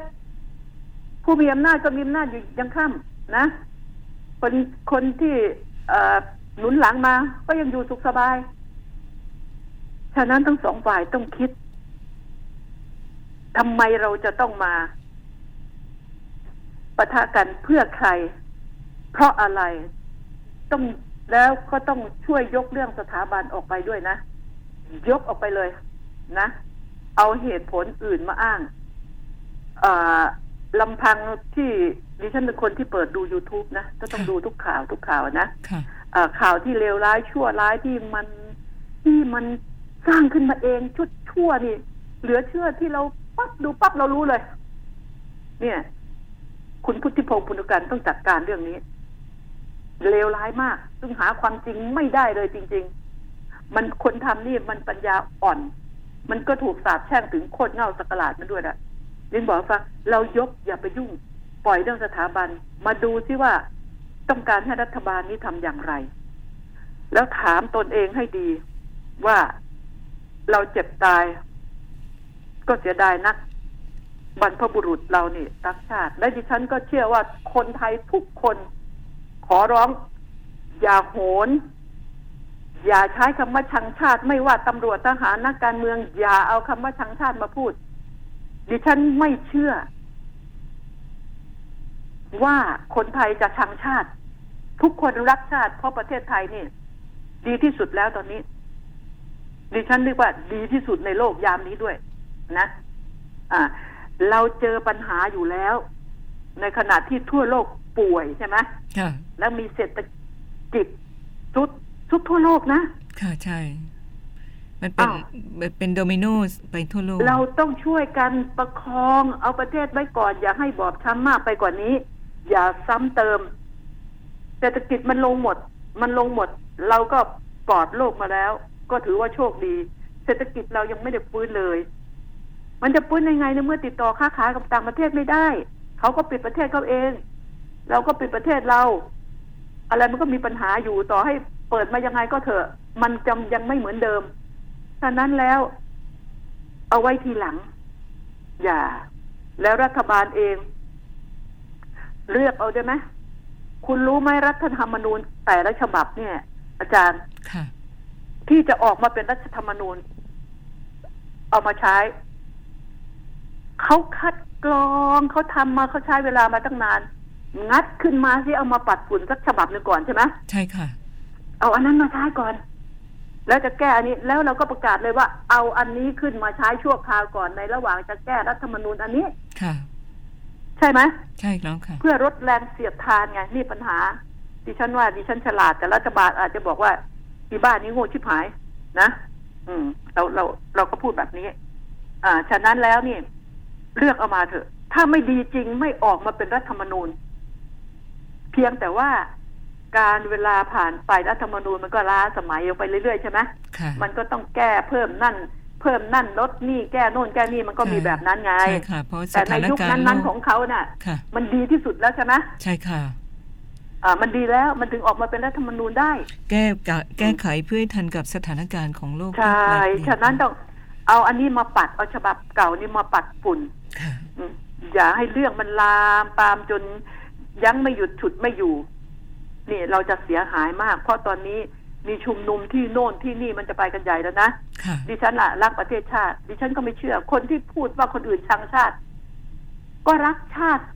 ผู้มีอำนาจก็มีอำนาจอยู่ยังค่ำนะคนคนที่หนุนหลังมาก็ยังอยู่สุขสบายฉะนั้นทั้งสองฝ่ายต้องคิดทำไมเราจะต้องมาปะทะกันเพื่อใครเพราะอะไรต้องแล้วก็ต้องช่วยยกเรื่องสถาบันออกไปด้วยนะยกออกไปเลยนะเอาเหตุผลอื่นมาอ้างลำพังที่ดิฉันเป็นคนที่เปิดดู YouTube นะก็ต้องดูทุกข่าวทุกข่าวนะข่าวที่เลวร้ายชั่วร้ายที่มันที่มันสร้างขึ้นมาเองชุดชั่วนี่เหลือเชื่อที่เราปั๊บดูปั๊บเรารู้เลยเนี่ยคุณพุทธิพงศ์ปุณกันต้องจัดการเรื่องนี้เลวร้ายมากซึ่งหาความจริงไม่ได้เลยจริงๆมันคนทำนี่มันปัญญาอ่อนมันก็ถูกสาปแช่งถึงโคตรเง่าสักหลาดมันด้วยนะลินบอกว่าเรายกอย่าไปยุ่งปล่อยเรื่องสถาบันมาดูซิว่าต้องการให้รัฐบาลนี้ทำอย่างไรแล้วถามตนเองให้ดีว่าเราเจ็บตายก็เสียดายนักบรรพบุรุษเรานี่รักชาติและดิฉันก็เชื่อว่าคนไทยทุกคนขอร้องอย่าโหนอย่าใช้คำว่าชังชาติไม่ว่าตำรวจทหารนักการเมืองอย่าเอาคำว่าชังชาติมาพูดดิฉันไม่เชื่อว่าคนไทยจะชังชาติทุกคนรักชาติเพราะประเทศไทยนี่ดีที่สุดแล้วตอนนี้ดิฉันเรียกว่าดีที่สุดในโลกยามนี้ด้วยนะอ่าเราเจอปัญหาอยู่แล้วในขณะที่ทั่วโลกป่วยใช่ไหมค่ะแล้วมีเศรษฐกิจทุกทุกทั่วโลกนะค่ะใช่มันเป็นเป็นโดมิโนไปทั่วโลกเราต้องช่วยกันประคองเอาประเทศไว้ก่อนอย่าให้บอบช้ำมากไปกว่านี้อย่าซ้ำเติมเศรษฐกิจมันลงหมดมันลงหมดเราก็ปลอดโลกมาแล้วก็ถือว่าโชคดีเศรษฐกิจเรายังไม่ได้ฟื้นเลยมันจะฟื้นยังไงในเมื่อติดต่อค้าขายกับต่างประเทศไม่ได้เขาก็ปิดประเทศเขาเองเราก็ปิดประเทศเราอะไรมันก็มีปัญหาอยู่ต่อให้เปิดมายังไงก็เถอะมันจำยังไม่เหมือนเดิมฉะนั้นแล้วเอาไว้ทีหลังอย่าแล้วรัฐบาลเองเลือกเอาได้ไหมคุณรู้ไหมรัฐธรรมนูญแต่ละฉบับเนี่ยอาจารย์ที่จะออกมาเป็นรัฐธรรมนูญเอามาใช้เขาคัดกรองเขาทำมาเขาใช้เวลามาตั้งนานงัดขึ้นมาสิเอามาปัดฝุ่นสักฉบับหนึ่งก่อนใช่ไหมใช่ค่ะเอาอันนั้นมาใช้ก่อนแล้วจะแก้อันนี้แล้วเราก็ประกาศเลยว่าเอาอันนี้ขึ้นมาใช้ชั่วคราวก่อนในระหว่างจะแก้รัฐธรรมนูญอันนี้ค่ะใช่ไหมใช่แล้วค่ะเพื่อลดแรงเสียดทานไงนี่ปัญหาดิฉันว่าดิฉันฉลาดแต่รัฐบาลอาจจะบอกว่าที่บ้านนี้โง่ชิบหายนะอืมเราเราเราก็พูดแบบนี้อ่าฉะนั้นแล้วนี่เลือกเอามาเถอะถ้าไม่ดีจริงไม่ออกมาเป็นรัฐธรรมนูญเพียงแต่ว่าการเวลาผ่านไปรัฐธรรมนูญมันก็ล้าสมัยไปเรื่อยๆใช่ไหมมันก็ต้องแก้เพิ่มนั่นเพิ่มนั่นลดนี่แก้โน่นแก้นี่มันก็มีแบบนั้นไงใช่ค่ะเพราะแต่ในยุคนั้นๆของเขาน่ะมันดีที่สุดแล้วใช่ไหมใช่ค่ะอ่ามันดีแล้วมันถึงออกมาเป็นรัฐธรรมนูญได้แก้แก้ไขเพื่อทันกับสถานการณ์ของโลกใช่ฉะนั้นต้องเอาอันนี้มาปัดเอาฉบับเก่านี่มาปัดฝุ่นอย่าให้เรื่องมันลามปามจนยั้งไม่หยุดฉุดไม่อยู่นี่เราจะเสียหายมากเพราะตอนนี้มีชุมนุมที่โน่นที่นี่มันจะไปกันใหญ่แล้วนะดิฉันล่ะรักประเทศชาติดิฉันก็ไม่เชื่อคนที่พูดว่าคนอื่นชังชาติก็รักชาติ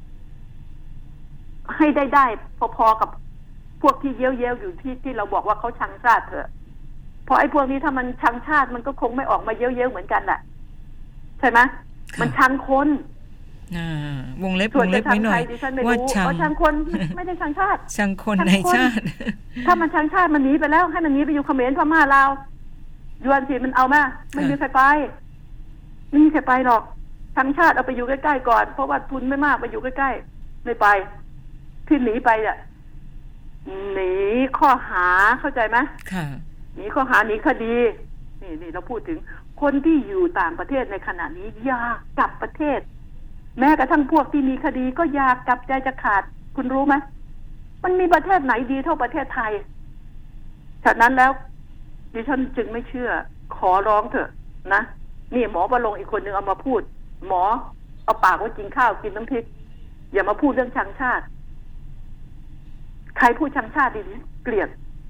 ให้ได้ได้พอๆกับพวกที่เย้ยวเย้ยวอยู่ที่ที่เราบอกว่าเขาชังชาติเถอะเพราะไอ้พวกนี้ถ้ามันชังชาติมันก็คงไม่ออกมาเย้ยวเย้ยวเหมือนกันแหละใช่ไหมมันชังคนวงเล็บวงเล็บไม่หน่อยว่าชังชังคนไม่ได้ชังชาติชังคนในชาติถ้ามันชังชาติมันหนีไปแล้วให้มันหนีไปอยู่เขมรพม่าลาวยวนสิมันเอามาไม่มีใครไปไม่มีใครไปหรอกชังชาติเอาไปอยู่ใกล้ๆก่อนเพราะว่าทุนไม่มากไปอยู่ใกล้ๆไม่ไปที่หนีไปอ่ะหนีข้อหาเข้าใจไหมค่ะหนีข้อหาหนีคดีนี่นี่เราพูดถึงคนที่อยู่ต่างประเทศในขณะนี้อยากกลับประเทศแม้กระทั่งพวกที่มีคดีก็อยากกลับใจจะขาดคุณรู้ไหมมันมีประเทศไหนดีเท่าประเทศไทยฉะนั้นแล้วดิฉันจึงไม่เชื่อขอร้องเถอะนะนี่หมอประลงอีกคนนึงเอามาพูดหมอเอาปากไว้กินข้าวกินน้ำพริกอย่ามาพูดเรื่องชังชาติใครพูดชังชาติดิเกลียด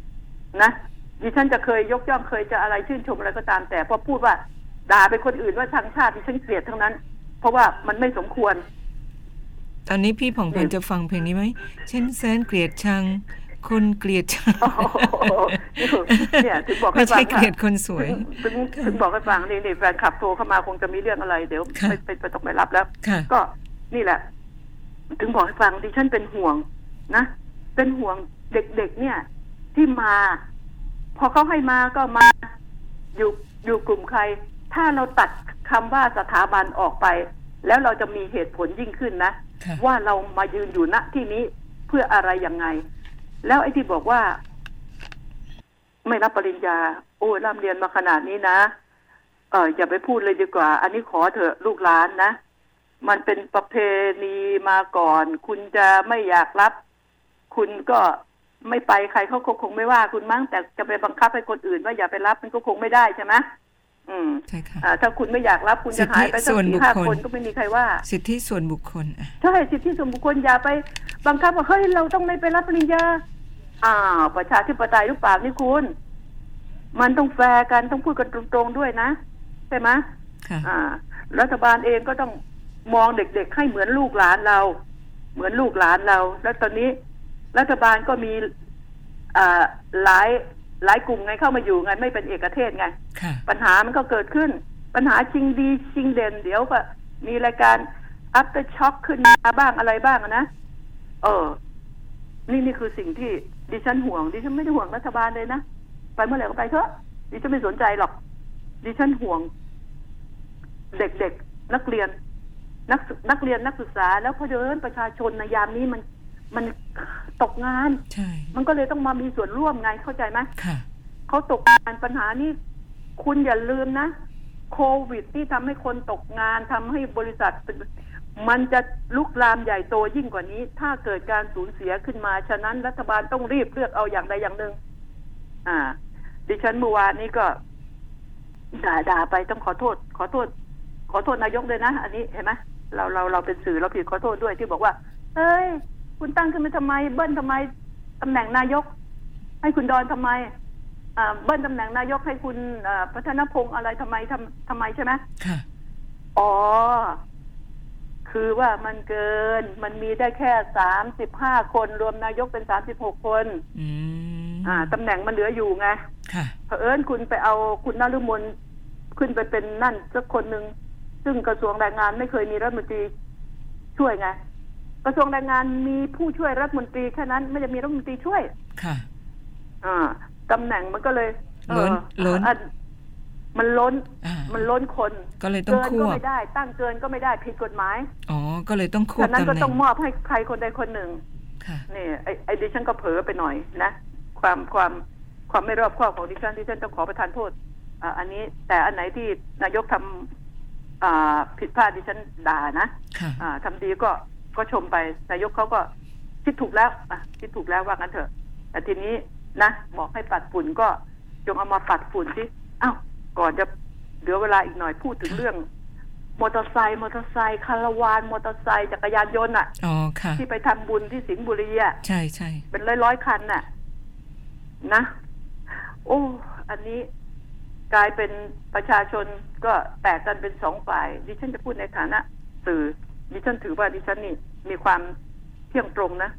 นะดิฉันจะเคยยกย่องเคยจะอะไรชื่นชมอะไรก็ตามแต่พอพูดว่าด่าไปคนอื่นว่าทางชาติดิฉันเกลียดทั้งนั้นเพราะว่ามันไม่สมควรตอนนี้พี่ผ่องพันธุ์จะฟังเพลงนี้ไหมฉันแสนเกลียดชังคนเกลียดชังเนี่ยถึงบอกให้ฟังไม่ใช่เกลียดคนสวยถึงถึงบอกให้ฟังนี่นี่แฟนคลับโทรเข้ามาคงจะมีเรื่องอะไรเดี๋ยวไปไปไปต้องไปรับแล้วก็นี่แหละถึงบอกให้ฟังดิฉันเป็นห่วงนะเป็นห่วงเด็กๆเนี่ยที่มาพอเขาให้มาก็มาอยู่อยู่กลุ่มใครถ้าเราตัดคำว่าสถาบันออกไปแล้วเราจะมีเหตุผลยิ่งขึ้นนะว่าเรามายืนอยู่ณที่นี้เพื่ออะไรยังไงแล้วไอ้ที่บอกว่าไม่รับปริญญาโอ้ร่ำเรียนมาขนาดนี้นะเอออย่าไปพูดเลยดีกว่าอันนี้ขอเถอะลูกหลานนะมันเป็นประเพณีมาก่อนคุณจะไม่อยากรับคุณก็ไม่ไปใครเขาคงไม่ว่าคุณมั้งแต่จะไปบังคับให้คนอื่นว่าอย่าไปรับมันก็คงไม่ได้ใช่ไหมอืมใช่ค่ะถ้าคุณไม่อยากรับคุณจะหายไปสักสี่ห้าคนก็ไม่มีใครว่าสิทธิส่วนบุคคลใช่สิทธิส่วนบุคคลอย่าไปบังคับว่าเฮ้ยเราต้องไม่ไปรับปริญญาอ้าวประชาธิปไตยหรือเปล่านี่คุณมันต้องแฟร์กันต้องพูดกันตรงๆด้วยนะใช่ไหมค่ะอ่ารัฐบาลเองก็ต้องมองเด็กๆให้เหมือนลูกหลานเราเหมือนลูกหลานเราแล้วตอนนี้รัฐบาลก็มีอ่าหลายหลายกลุ่มไงเข้ามาอยู่ไงไม่เป็นเอกเทศไงปัญหามันก็เกิดขึ้นปัญหาชิงดีชิงเด่นเดี๋ยวก็มีรายการ after shock ขึ้นมาบ้างอะไรบ้างนะเออนี่นี่คือสิ่งที่ดิฉันห่วงดิฉันไม่ได้ห่วงรัฐบาลเลยนะไปเมื่อไหร่ก็ไปเถอะดิฉันไม่สนใจหรอกดิฉันห่วงเด็กๆนักเรียนนักนักเรียนนักศึกษาแล้วพอเดินประชาชนในยามนี้มันมันตกงานใช่มันก็เลยต้องมามีส่วนร่วมไงเข้าใจไหมค่ะเขาตกงานปัญหานี้คุณอย่าลืมนะโควิดที่ทำให้คนตกงานทำให้บริษัทมันจะลุกลามใหญ่โตยิ่งกว่านี้ถ้าเกิดการสูญเสียขึ้นมาฉะนั้นรัฐบาลต้องรีบเลือกเอาอย่างใดอย่างหนึ่งอ่าดิฉันเมื่อวานนี้ก็ด่าด่าไปต้องขอโทษขอโทษขอโทษนายกเลยนะอันนี้เห็นไหมเราเราเราเป็นสื่อเราผิดขอโทษด้วยที่บอกว่าเฮ้ยคุณตั้งขึ้นมาทำไมเบิ้ลทำไมตำแหน่งนายกให้คุณดอนทำไมอ่าเบิ้ลตำแหน่งนายกให้คุณพัฒนพงษ์อะไรทำไมทำทำไมใช่ไหมค่ะอ๋อคือว่ามันเกินมันมีได้แค่สามสิบห้าคนรวมนายกเป็นสามสิบหกคนอืมอ่าตำแหน่งมันเหลืออยู่ไงค่ะเผอิญคุณไปเอาคุณนฤมลขึ้นไปเป็นนั่นสักคนหนึ่งซึ่งกระทรวงแรงงานไม่เคยมีรัฐมนตรีช่วยไงกระทรวงแรงงานมีผู้ช่วยรัฐมนตรีแค่นั้นไม่ได้มีรัฐมนตรีช่วยค่ะอ่าตำแหน่งมันก็เลยล้นล้นมันล้นมันล้นคนก็เลยต้องควบก็ไม่ได้ตั้งเกินก็ไม่ได้ผิดกฎหมายอ๋อก็เลยต้องควบฉะนั้นก็ต้องมอบให้ใครคนใดคนหนึ่งค่ะนี่ไอ้ไอ้ดิฉันก็เผลอไปหน่อยนะความความความไม่รอบคอบของดิฉันดิฉันต้องขอประทานโทษอ่าอันนี้แต่อันไหนที่นายกทำอ่าผิดพลาดดิฉันด่านะอ่าทำดีก็ก็ชมไปนายกเขาก็คิดถูกแล้วอ่ะคิดถูกแล้วว่างั้นเถอะแต่ทีนี้นะบอกให้ปัดฝุ่นก็จงเอามาปัดฝุ่นสิอ้าวก่อนจะเหลือเวลาอีกหน่อยพูดถึงเรื่องมอเตอร์ไซค์มอเตอร์ไซค์คาราวานมอเตอร์ไซค์จักรยานยนต์อ่ะอ๋อค่ะที่ไปทำบุญที่สิงห์บุรีอ่ะใช่ใช่เป็นร้อยร้อยคันน่ะนะโอ้อันนี้กลายเป็นประชาชนก็แตกกันเป็นสองฝ่ายดิฉันจะพูดในฐานะสื่อดิฉันถือว่าดิฉันนี่มีความเที่ยงตรงนะ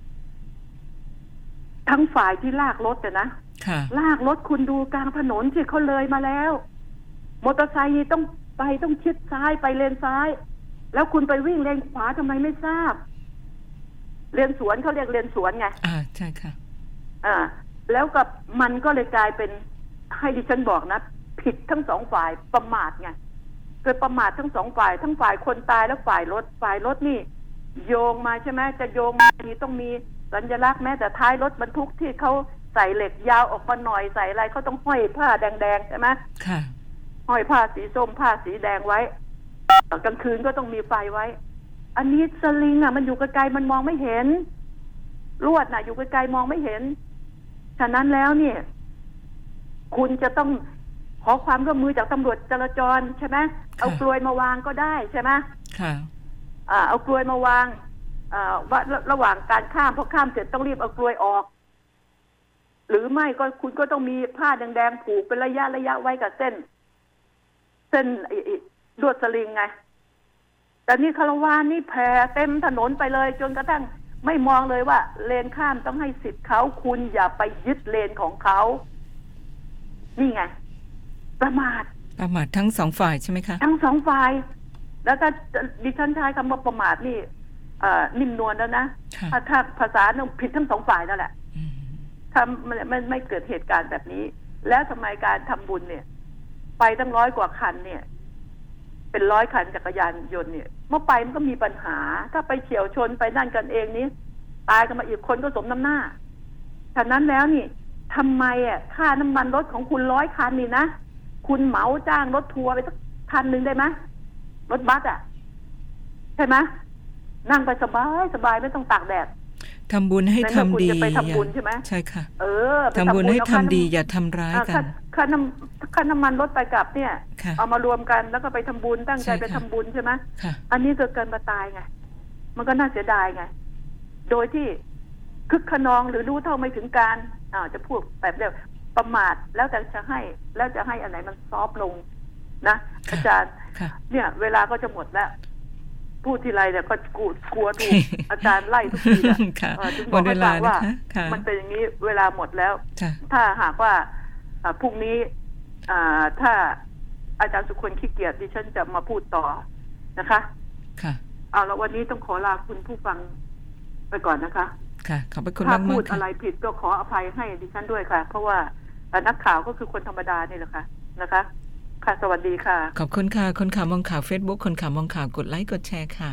ทั้งฝ่ายที่ลากรถแต่นะลากรถคุณดูกลางถนนที่เขาเลยมาแล้วมอเตอร์ไซค์ต้องไปต้องชิดซ้ายไปเลนซ้ายแล้วคุณไปวิ่งเลนขวาทำไมไม่ทราบเลนสวนเขาเรียกเลนสวนไงอ่าใช่ค่ะอ่าแล้วกับมันก็เลยกลายเป็นให้ดิฉันบอกนะผิดทั้งสองฝ่ายประมาทไงเกิดประมาททั้งสองฝ่ายทั้งฝ่ายคนตายและฝ่ายรถฝ่ายรถนี่โยงมาใช่ไหมจะโยงมานี่ต้องมีสัญลักษณ์แม้แต่ท้ายรถบรรทุกที่เขาใส่เหล็กยาวออกมาหน่อยใส่อะไรเขาต้องห้อยผ้าแดงๆใช่ไหมค่ะห้อยผ้าสีส้มผ้าสีแดงไว้กลางคืนก็ต้องมีไฟไว้อันนี้สลิงอ่ะมันอยู่ไกลๆมันมองไม่เห็นลวดน่ะอยู่ไกลๆมองไม่เห็นฉะนั้นแล้วเนี่ยคุณจะต้องขอความร่วมมือจากตำรวจจราจรใช่ไหมเอากลวยมาวางก็ได้ใช่ไหมค่ะอ่าเอากลวยมาวางอ่าว่าระหว่างการข้ามพอข้ามเสร็จต้องรีบเอากลวยออกหรือไม่ก็คุณก็ต้องมีผ้าแดงๆผูกเป็นระยะระยะไว้กับเส้นเส้นลวดสลิงไงแต่นี่คาราวานนี่แผ่เต็มถนนไปเลยจนกระทั่งไม่มองเลยว่าเลนข้ามต้องให้สิทธิ์เขาคุณอย่าไปยึดเลนของเขานี่ไงประมาทประมาททั้งสองฝ่ายใช่ไหมคะทั้งสองฝ่ายแล้วถ้าดิฉันใช้คำว่าประมาทนี่นิ่มนวลแล้วนะถ้าถ้าภาษาเนี่ยผิดทั้งสองฝ่ายนั่นแหละถ้ามันไม่ไม่เกิดเหตุการณ์แบบนี้แล้วทำไมการทำบุญเนี่ยไปตั้งร้อยกว่าคันเนี่ยเป็นร้อยคันจักรยานยนต์เนี่ยเมื่อไปมันก็มีปัญหาถ้าไปเฉี่ยวชนไปนั่นกันเองนี้ตายกันมาอีกคนก็สมน้ำหน้าฉะนั้นแล้วนี่ทำไมอ่ะค่าน้ำมันรถของคุณร้อยคันนี่นะคุณเหมาจ้างรถทัวร์ไปสักคันหนึ่งได้ไหมรถบัสอ่ะใช่ไหมนั่งไปสบายสบายไม่ต้องตากแดดทำบุญให้ทำดีไปทำบุญใช่ไหมใช่ค่ะเออทำบุญให้ทำดีอย่าทำร้ายกันค่าน้ำค่าน้ำมันรถไปกลับเนี่ยเอามารวมกันแล้วก็ไปทำบุญตั้งใจไปทำบุญใช่ไหมอันนี้เกิดเกินมาตายไงมันก็น่าเสียดายไงโดยที่คึกขนองหรือรู้เท่าไม่ถึงการอ่าจะพูดแบบเดียวประมาทแล้วแต่จะให้แล้วจะให้อันไหนมันซอฟลงนะอาจารย์เนี่ยเวลาก็จะหมดแล้วพูดทีไรเนี่ยก็กูกลัวถูกอาจารย์ไล่ทุกทีอ่ะถึงบอกให้ฟังว่ามันเป็นอย่างนี้เวลาหมดแล้วถ้าหากว่าพรุ่งนี้ถ้าอาจารย์สุคนขี้เกียจดิฉันจะมาพูดต่อนะคะค่ะเอาแล้ววันนี้ต้องขอลาคุณผู้ฟังไปก่อนนะคะค่ะขอบพระคุณมากๆค่ะถ้าพูดอะไรผิดก็ขออภัยให้ดิฉันด้วยค่ะเพราะว่านักข่าวก็คือคนธรรมดานี่แหละค่ะนะคะค่ะสวัสดีค่ะขอบคุณค่ะคนข่าวมองข่าว Facebook คนข่าวมองข่าวกดไลค์กดแชร์ค่ะ